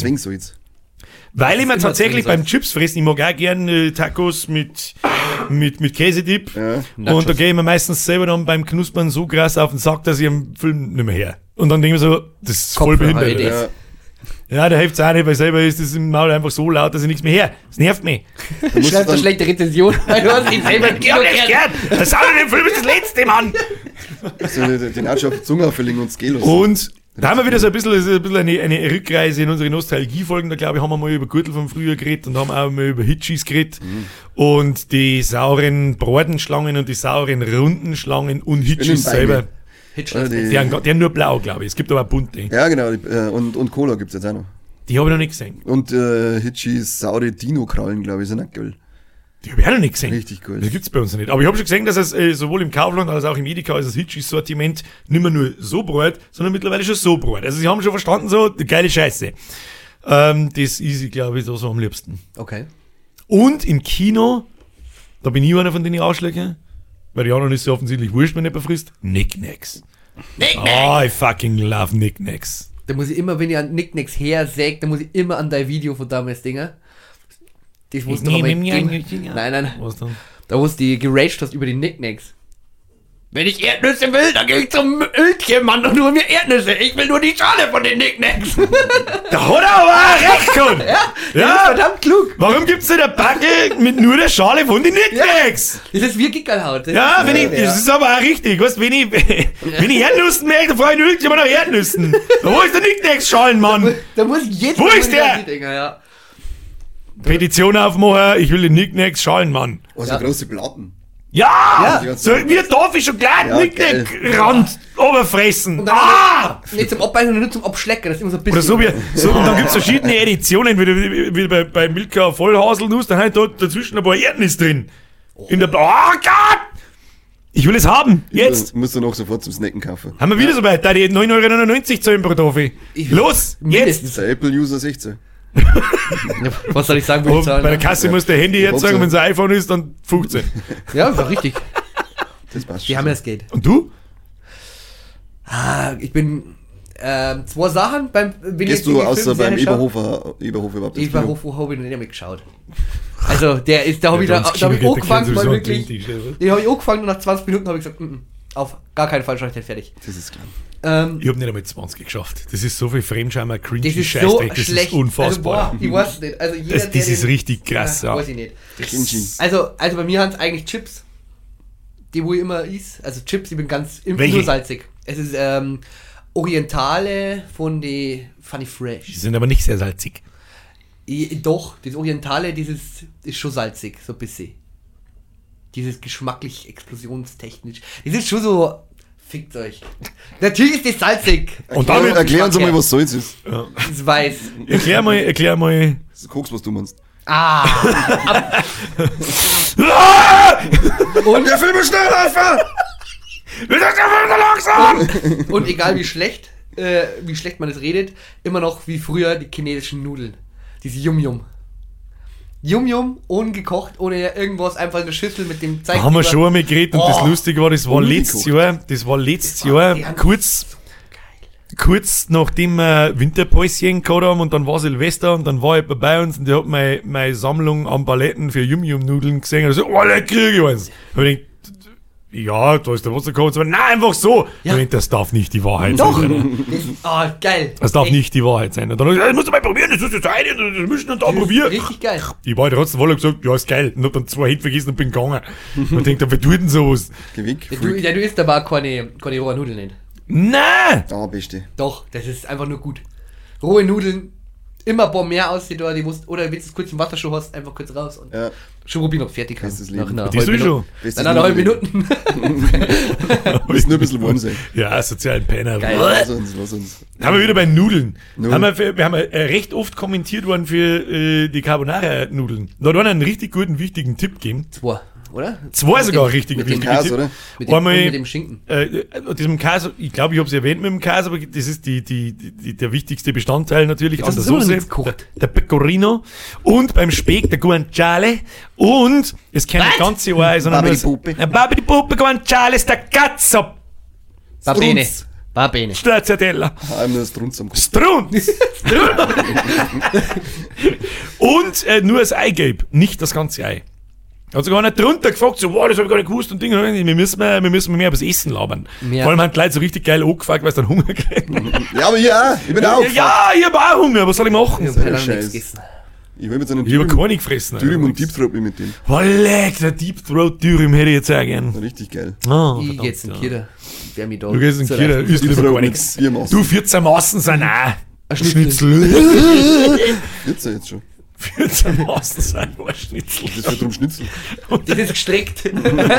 Weil ich mir tatsächlich beim Chips fressen, ich mag auch gerne Tacos mit Käsedip. Ja. Und da gehe ich mir meistens selber dann beim Knuspern so krass auf den Sack, dass ich am Film nicht mehr her. Und dann denke ich mir so, das ist voll behindert. Ja, der hilft es auch nicht, weil selber ist das im Maul einfach so laut, dass ich nichts mehr her. Das nervt mich. Du schreibst eine schlechte Rezension, weil du hast ihn selber nicht gern. Das Sound in dem Film ist das Letzte, Mann. Also den hat schon auf die Zunge auffälligen und das geht los. Und da haben wir wieder so ein bisschen eine Rückreise in unsere Nostalgie-Folgen. Da glaube ich, haben wir mal über Gürtel von früher geredet und haben auch mal über Hitchis geredet. Und die sauren Bratenschlangen und die sauren runden Schlangen und Hitchis selber. Die haben nur blau, glaube ich. Es gibt aber auch bunte. Ja, genau. Und Cola gibt es jetzt auch noch. Die habe ich noch nicht gesehen. Und Hitchis saure Dino-Krallen, glaube ich, sind auch geil. Die habe ich auch noch nicht gesehen. Richtig cool. Das gibt es bei uns noch nicht. Aber ich habe schon gesehen, dass es sowohl im Kaufland als auch im Edeka als das Hitchis-Sortiment nicht mehr nur so breit, sondern mittlerweile schon so breit. Also sie haben schon verstanden, so die geile Scheiße. Das ist ich, glaube ich, so am liebsten. Okay. Und im Kino, da bin ich einer von den Arschlöchern, weil die anderen ist so offensichtlich wurscht, wenn jemand frisst. Knickknacks. Oh, I fucking love Knickknacks. Da muss ich immer, wenn ich an Knickknacks hersäge, da muss ich immer an dein Video von damals Dinger. Das wusste doch aber Nein. Was dann? Da wo du die geraged hast über die Knickknacks. Wenn ich Erdnüsse will, dann gehe ich zum Öltchen, Mann, und hol mir Erdnüsse. Ich will nur die Schale von den Knickknacks. Da hat er aber recht gehabt. Ja, ist verdammt klug. Warum gibt's denn eine Backe mit nur der Schale von den Knickknacks? Ja, das ist wie Gickerlhaut. Ja, das ist aber auch richtig. Weißt, wenn ich Erdnüssen möchte, dann frage ich Öltchen nach Erdnüssen. Wo ist der Knickknacks-Schalen, Mann? Da muss jeder... Wo ist der? Petition aufmachen, ich will den Knickknacks-Schalen, Mann. Also große Platten. Ja! So wie ein Dorf ist schon klar, Knickknack-Rand oberfressen. Nicht zum Abbeißen, sondern nur zum Abschlecken, das ist immer so ein bisschen... Oder und dann gibt's verschiedene Editionen, wie bei Milka Vollhaselnuss, dann halt dort dazwischen ein paar Erdnüsse drin. In der oh Gott! Ich will es haben, jetzt! Musst du noch sofort zum Snacken kaufen. Haben wir wieder so weit, da die 9,99 € zahlen pro Toffee. Los, jetzt! Das ist der Apple-User 16. Was soll ich sagen, wo ich zahle? Bei der Kasse muss der Handy herzeigen, wenn es ein iPhone ist, dann 15. Ja, war richtig. Das passt. Die haben ja das Geld. Und du? Ich bin zwei Sachen beim... Gehst du außer beim Eberhofer überhaupt ins Kino? Eberhofer habe ich noch nicht mehr geschaut. Also der ist, da habe ich angefangen, mal wirklich... Den habe ich angefangen und nach 20 Minuten habe ich gesagt, auf gar keinen Fall schaue ich den fertig. Das ist klar. Ich habe nicht einmal 20 geschafft. Das ist so viel Fremdscheimer, cringy Scheißdreck, das ist unfassbar. Also, ich weiß nicht. Also jeder, das ist richtig krass. Weiß ich nicht. Also bei mir haben es eigentlich Chips, die wo ich immer is. Also Chips, ich bin ganz nur salzig. Es ist Orientale von die Funny Fresh. Die sind aber nicht sehr salzig. Doch, das Orientale, dieses ist schon salzig, so ein bisschen. Dieses geschmacklich explosionstechnisch. Das ist schon so. Fickt euch. Natürlich ist das salzig. Und damit erklär uns mal, was Salz ist. Ja. Das ist weiß. Erklär mal. Das ist Koks, was du meinst. Und der Film ist schnell einfach! Und egal wie schlecht man es redet, immer noch wie früher die chinesischen Nudeln. Diese Yum-Yum. Yum-Yum, ohne gekocht, ohne irgendwas, einfach in der Schüssel mit dem Da haben wir schon einmal geredet und das Lustige war, das war letztes Jahr, kurz nachdem wir Winterpäuschen gehabt haben und dann war Silvester und dann war jemand bei uns und der hat meine Sammlung an Paletten für Yum-Yum-Nudeln gesehen und so, da krieg ich eins. Und ich denk, ja, da ist der Wasserkocher, aber nein, einfach so. Ja. Ich denk, das darf nicht die Wahrheit Doch! sein. Geil. Das darf Echt nicht die Wahrheit sein. Und dann hab ich gesagt, das musst du mal probieren, das ist das eine, das mischen und da probieren. Richtig geil. Ich war trotzdem voll gesagt, ja, ist geil. Und hab dann 2 Hände vergessen und bin gegangen. Und denk, wer tut denn sowas? Gewick. Du isst aber keine rohe Nudeln nicht. Nein! Ah, beste. Doch, das ist einfach nur gut. Rohe Nudeln, immer ein paar mehr aus, die musst, oder wenn du es kurz im Wasser schon hast, einfach kurz raus und Ja. schon probieren, ob fertig Bestes ist. Leben. Die ist schon. Bestes Nach einer halben Leben. Minuten. Muss nur ein bisschen warm sein. Ja, sozialen Penner. Geil. Lass uns. Haben wir wieder bei Nudeln. Nudeln. Wir haben recht oft kommentiert worden für die Carbonara-Nudeln. Da hat einer einen richtig guten, wichtigen Tipp gegeben. 2, oder? 2 sogar richtig mit dem wichtige Käse, Tipp. oder? Mit dem, Einmal- und mit dem Schinken. Diesem Käse, ich glaube, ich habe es erwähnt mit dem Käse, aber das ist der wichtigste Bestandteil natürlich an hast der du immer noch Soße. nichts gekocht. Der Pecorino und beim Speck der Guanciale und es kann das ganze Jahr, sondern Babidi Puppe. Babidi Puppe Guanciale Stacazzo Va bene. Stracciatella. Haben wir das drunter am Kopf. Strunz! Und nur das Eigelb, nicht das ganze Ei. Hat sogar nicht drunter gefragt, so, wow, das habe ich gar nicht gewusst und Dinge, wir müssen mehr über das Essen labern. Mehr. Vor allem haben die Leute so richtig geil angefragt, weil sie dann Hunger kriegen. Ja, aber ja, ich bin auch. Ja, ich habe auch Hunger, was soll ich machen? Ich hab leider Scheiß. nichts gegessen. Ich will mit so einem Ich habe gar nicht gefressen. Dürüm und Deep Throat mit dem. Oh, leck, der Deep Throat Dürüm hätte ich jetzt auch gern. Richtig geil. Oh, Ich verdammt, geh jetzt in ja. Kirche. Wer mich da Du gehst in so Kirche, leicht- isst lieber gar nichts. Biermassen. Du, 14 Maßen sind auch. Ein Schnitzel. Wird's ja jetzt schon. 14 Maßen sind ein Schnitzel. Das wird drum Schnitzel. Das ist gestreckt.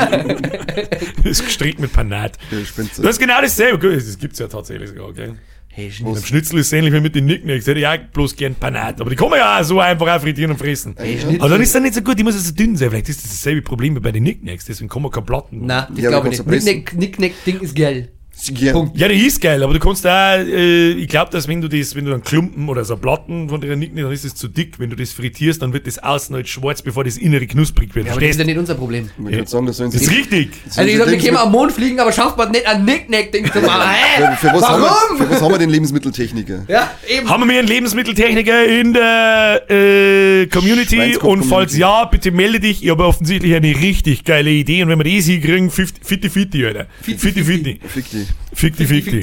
Das ist gestrickt mit Panat. Der Spenzer. Das ist genau dasselbe. Gut, das gibt's ja tatsächlich sogar, gell? Hey, Beim Schnitzel ist es ähnlich wie mit den Nicknacks. Hätte ich auch bloß gern Panat. Aber die kann man ja auch so einfach auch frittieren und fressen. Hey, Aber dann ist das nicht so gut, die muss so dünn sein. Vielleicht ist das dasselbe Problem wie bei den Nicknacks. Deswegen kann man keinen Platten machen. Nein, das Ja, glaube aber ich kannst nicht. du Nicknack-Ding ist geil. Ja. Punkt. Ja, die ist geil, aber du kannst auch, ich glaube, dass wenn du einen Klumpen oder so Platten von der Nicknack, dann ist es zu dick. Wenn du das frittierst, dann wird das außen halt schwarz, bevor das innere knusprig wird. Ja, aber das ist Verstehst ja du? nicht unser Problem. Ich würde sagen, das sollen Das ist sie. richtig. Also ich sag, wir können am Mond fliegen, aber schafft man nicht ein Nicknack-Ding zu machen. Hä? Für was Warum? für was haben wir den Lebensmitteltechniker? Ja, eben. Haben wir einen Lebensmitteltechniker in der Community? Schweinskopf Und falls Community. ja, bitte melde dich. Ich habe offensichtlich eine richtig geile Idee. Und wenn wir das hinkriegen, fitti, Alter. Fitti. Fick die. Fitti.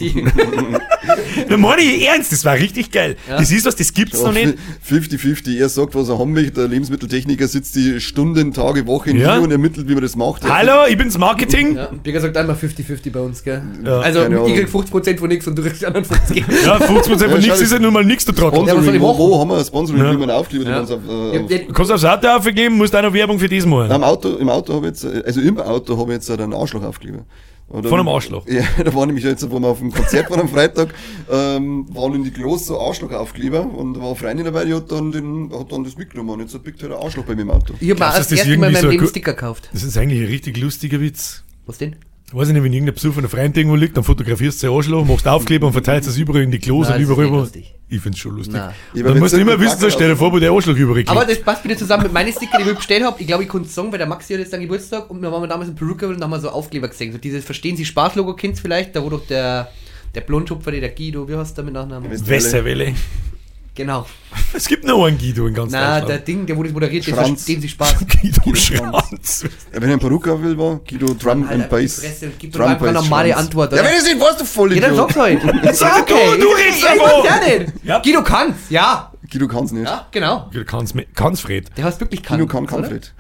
Da meine ich ernst, das war richtig geil. Das ist was, das gibt's noch nicht. 50-50. Er sagt, was er haben möchte. Der Lebensmitteltechniker sitzt die Stunden, Tage, Wochen Ja. hier und ermittelt, wie man das macht. Hallo, ich bin's Marketing. Ja, Birger sagt einmal 50-50 bei uns, gell? Ja. Also Keine Ahnung. ich krieg 50% von nichts und du kriegst die anderen 50. Ja, 50% von Ja, nichts schau, ist ja nun mal nichts, du Trottel. Ja, was soll ich Sponsoring, machen? wo haben wir ein Sponsoring, Ja. wie man aufklebt? Ja. Auf, Kannst du aufs Auto aufgeben, musst auch noch Werbung für das machen. im Auto habe ich jetzt, also im Auto habe ich jetzt einen Arschloch aufgeklebt. Oder- Von einem Arschloch. Ja, da war nämlich jetzt, wo wir auf dem Konzert waren am Freitag, waren in die Klos so Arschlochaufkleber und da war eine Freundin dabei, die hat dann das mitgenommen und jetzt biegt halt ein Arschloch bei mir im Auto. Ich hab mir Glaubst du, das dass das erste Mal in irgendwie so meinem ein Leben gu- Sticker gekauft. Das ist eigentlich ein richtig lustiger Witz. Was denn? Weiß ich nicht, wenn irgendein Besuch von einer Freundin irgendwo liegt, dann fotografierst du den Arschloch, machst Aufkleber und verteilst das überall in die Klos Nein, und das ist überall. nicht wo- lustig. Ich find's schon lustig. Nein. Ja, Dann weil musst du wenn immer du wissen, so stell dir vor, wo der Arschloch übergeht. Aber das passt wieder zusammen mit meinen Sticker, die ich bestellt habe. Ich glaube, ich konnte es sagen, weil der Maxi hat jetzt dann Geburtstag und wir waren damals in Peruka und haben wir so Aufkleber gesehen. So dieses Verstehen Sie Spaß-Logo kennst vielleicht, da wo doch der Blondschupfer, der Guido, wie heißt der mit Nachnamen? Wässerwelle. Genau. Es gibt noch einen Guido in ganz Na, der Deutschland. Ding, der wo das moderiert, das Schranz. Verstehen Sie Spaß. Guido Schranz. Ja, wenn er in Peruka will, war Guido Drum Alter, and Bass. die Fresse, gib doch einfach eine normale Schwanz. Antwort, Ja, oder? wenn es nicht weißt, du voll Ja, dann Idiot. sag's halt. Sag du redest ich davon. weiß ja nicht. Ja. Guido kann's, ja. Guido kann's nicht. Ja, genau. Kann's Fred. Der heißt wirklich Guido kann. kann oder? Fred.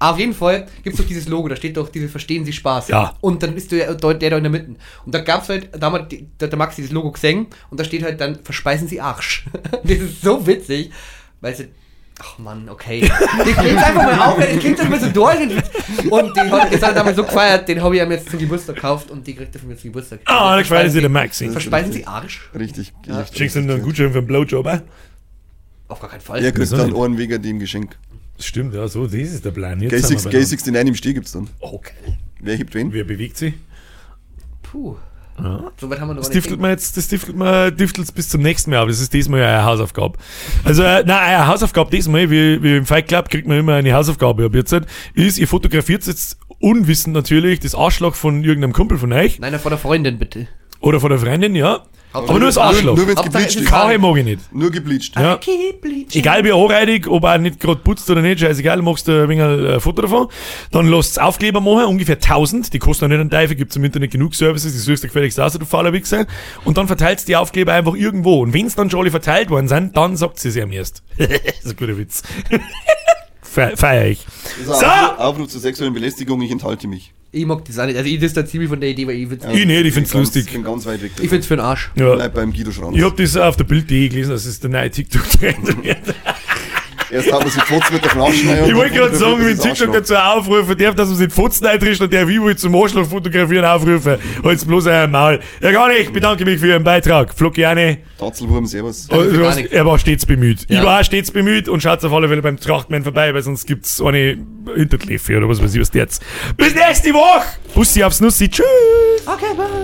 Auf jeden Fall gibt es doch dieses Logo, da steht doch dieses Verstehen Sie Spaß. Ja. Und dann bist du ja der da in der Mitte. Und da gab's halt, da hat der Max dieses Logo gesehen und da steht halt dann, verspeisen Sie Arsch. Das ist so witzig, weil sie, ach Mann, okay. Ich kling's einfach mal auf, ich kling's einfach so durch. Und das hat damals so gefeiert, den habe ich ihm jetzt zum Geburtstag gekauft und die kriegt er von mir zum Geburtstag. Ah, da gefällt dir der Max. Verspeisen Sie Arsch? Richtig. Ja. Schickst du ihm einen Gutschein für einen Blowjob, Auf gar keinen Fall. Er kriegt Wieso dann nicht? einen wegen dem Geschenk. Das stimmt, ja, so, das ist der Plan. Jetzt sind wir Gay 69 im Steh gibt's dann. Okay. Wer hebt wen? Wer bewegt sich? Puh. So weit haben wir noch Das nicht. difftelt bis zum nächsten Mal, aber das ist diesmal ja eine Hausaufgabe. Also, eine Hausaufgabe diesmal, wie im Fight Club kriegt man immer eine Hausaufgabe ab jetzt, ist, ihr fotografiert jetzt unwissend natürlich das Arschloch von irgendeinem Kumpel von euch. Nein, von der Freundin bitte. Oder von der Freundin, ja. Hauptsache- Aber nur das Arschloch. Nur wenn's Hauptsache, gebleached es ist. ist Kaue mag ich nicht. Nur gebleached. Ja. Egal wie anreidig, ob er nicht gerade putzt oder nicht, scheißegal, machst du ein wenig ein Foto davon. Dann lässt Aufkleber machen, ungefähr 1000, die kosten auch nicht einen Teufel, gibt's im Internet genug Services, die suchst du gefälligst aus, du fauler Wichser. Und dann verteilst du die Aufkleber einfach irgendwo. Und wenn's dann schon alle verteilt worden sind, dann sagt sie es ihm erst. Das ist ein guter Witz. Feier ich. Das ist ein Aufruf zur sexuellen Belästigung, ich enthalte mich. Ich mag das auch nicht. Also ich distanziere mich von der Idee, weil ich find's, Ich nicht, ich find's lustig. Ich bin ganz weit weg. ich find's für den Arsch. Ja. Bleib beim Guido Schranz. Ich hab das auf der Bild.de gelesen, dass es der neue TikTok-Trend wird. Erst haben wir sich Fotzen mit der Flascheneier. Ich wollte gerade sagen, wenn TikTok dazu aufrufen darf, dass man sich die Pfotzen eintrischt und der wie zum Arschloch fotografieren aufrufen. Halt's bloß euer Maul. Ja gar nicht, ich bedanke mich für Ihren Beitrag. Flockiane. Tatzelwurm, servus. Er war stets bemüht. Ja. Ich war auch stets bemüht und schaut auf alle Fälle beim Trachtmann vorbei, weil sonst gibt's eine Hinterkläffe oder was weiß ich was jetzt. Bis nächste Woche! Bussi aufs Nussi. Tschüss! Okay, bye.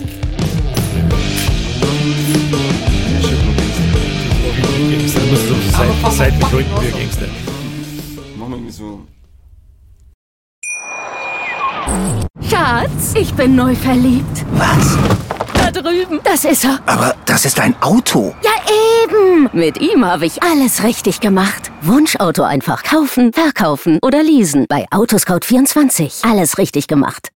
Machen wir irgendwie so. Schatz, ich bin neu verliebt. Was? Da drüben. Das ist er. Aber das ist ein Auto. Ja, eben. Mit ihm habe ich alles richtig gemacht. Wunschauto einfach kaufen, verkaufen oder leasen. Bei Autoscout24. Alles richtig gemacht.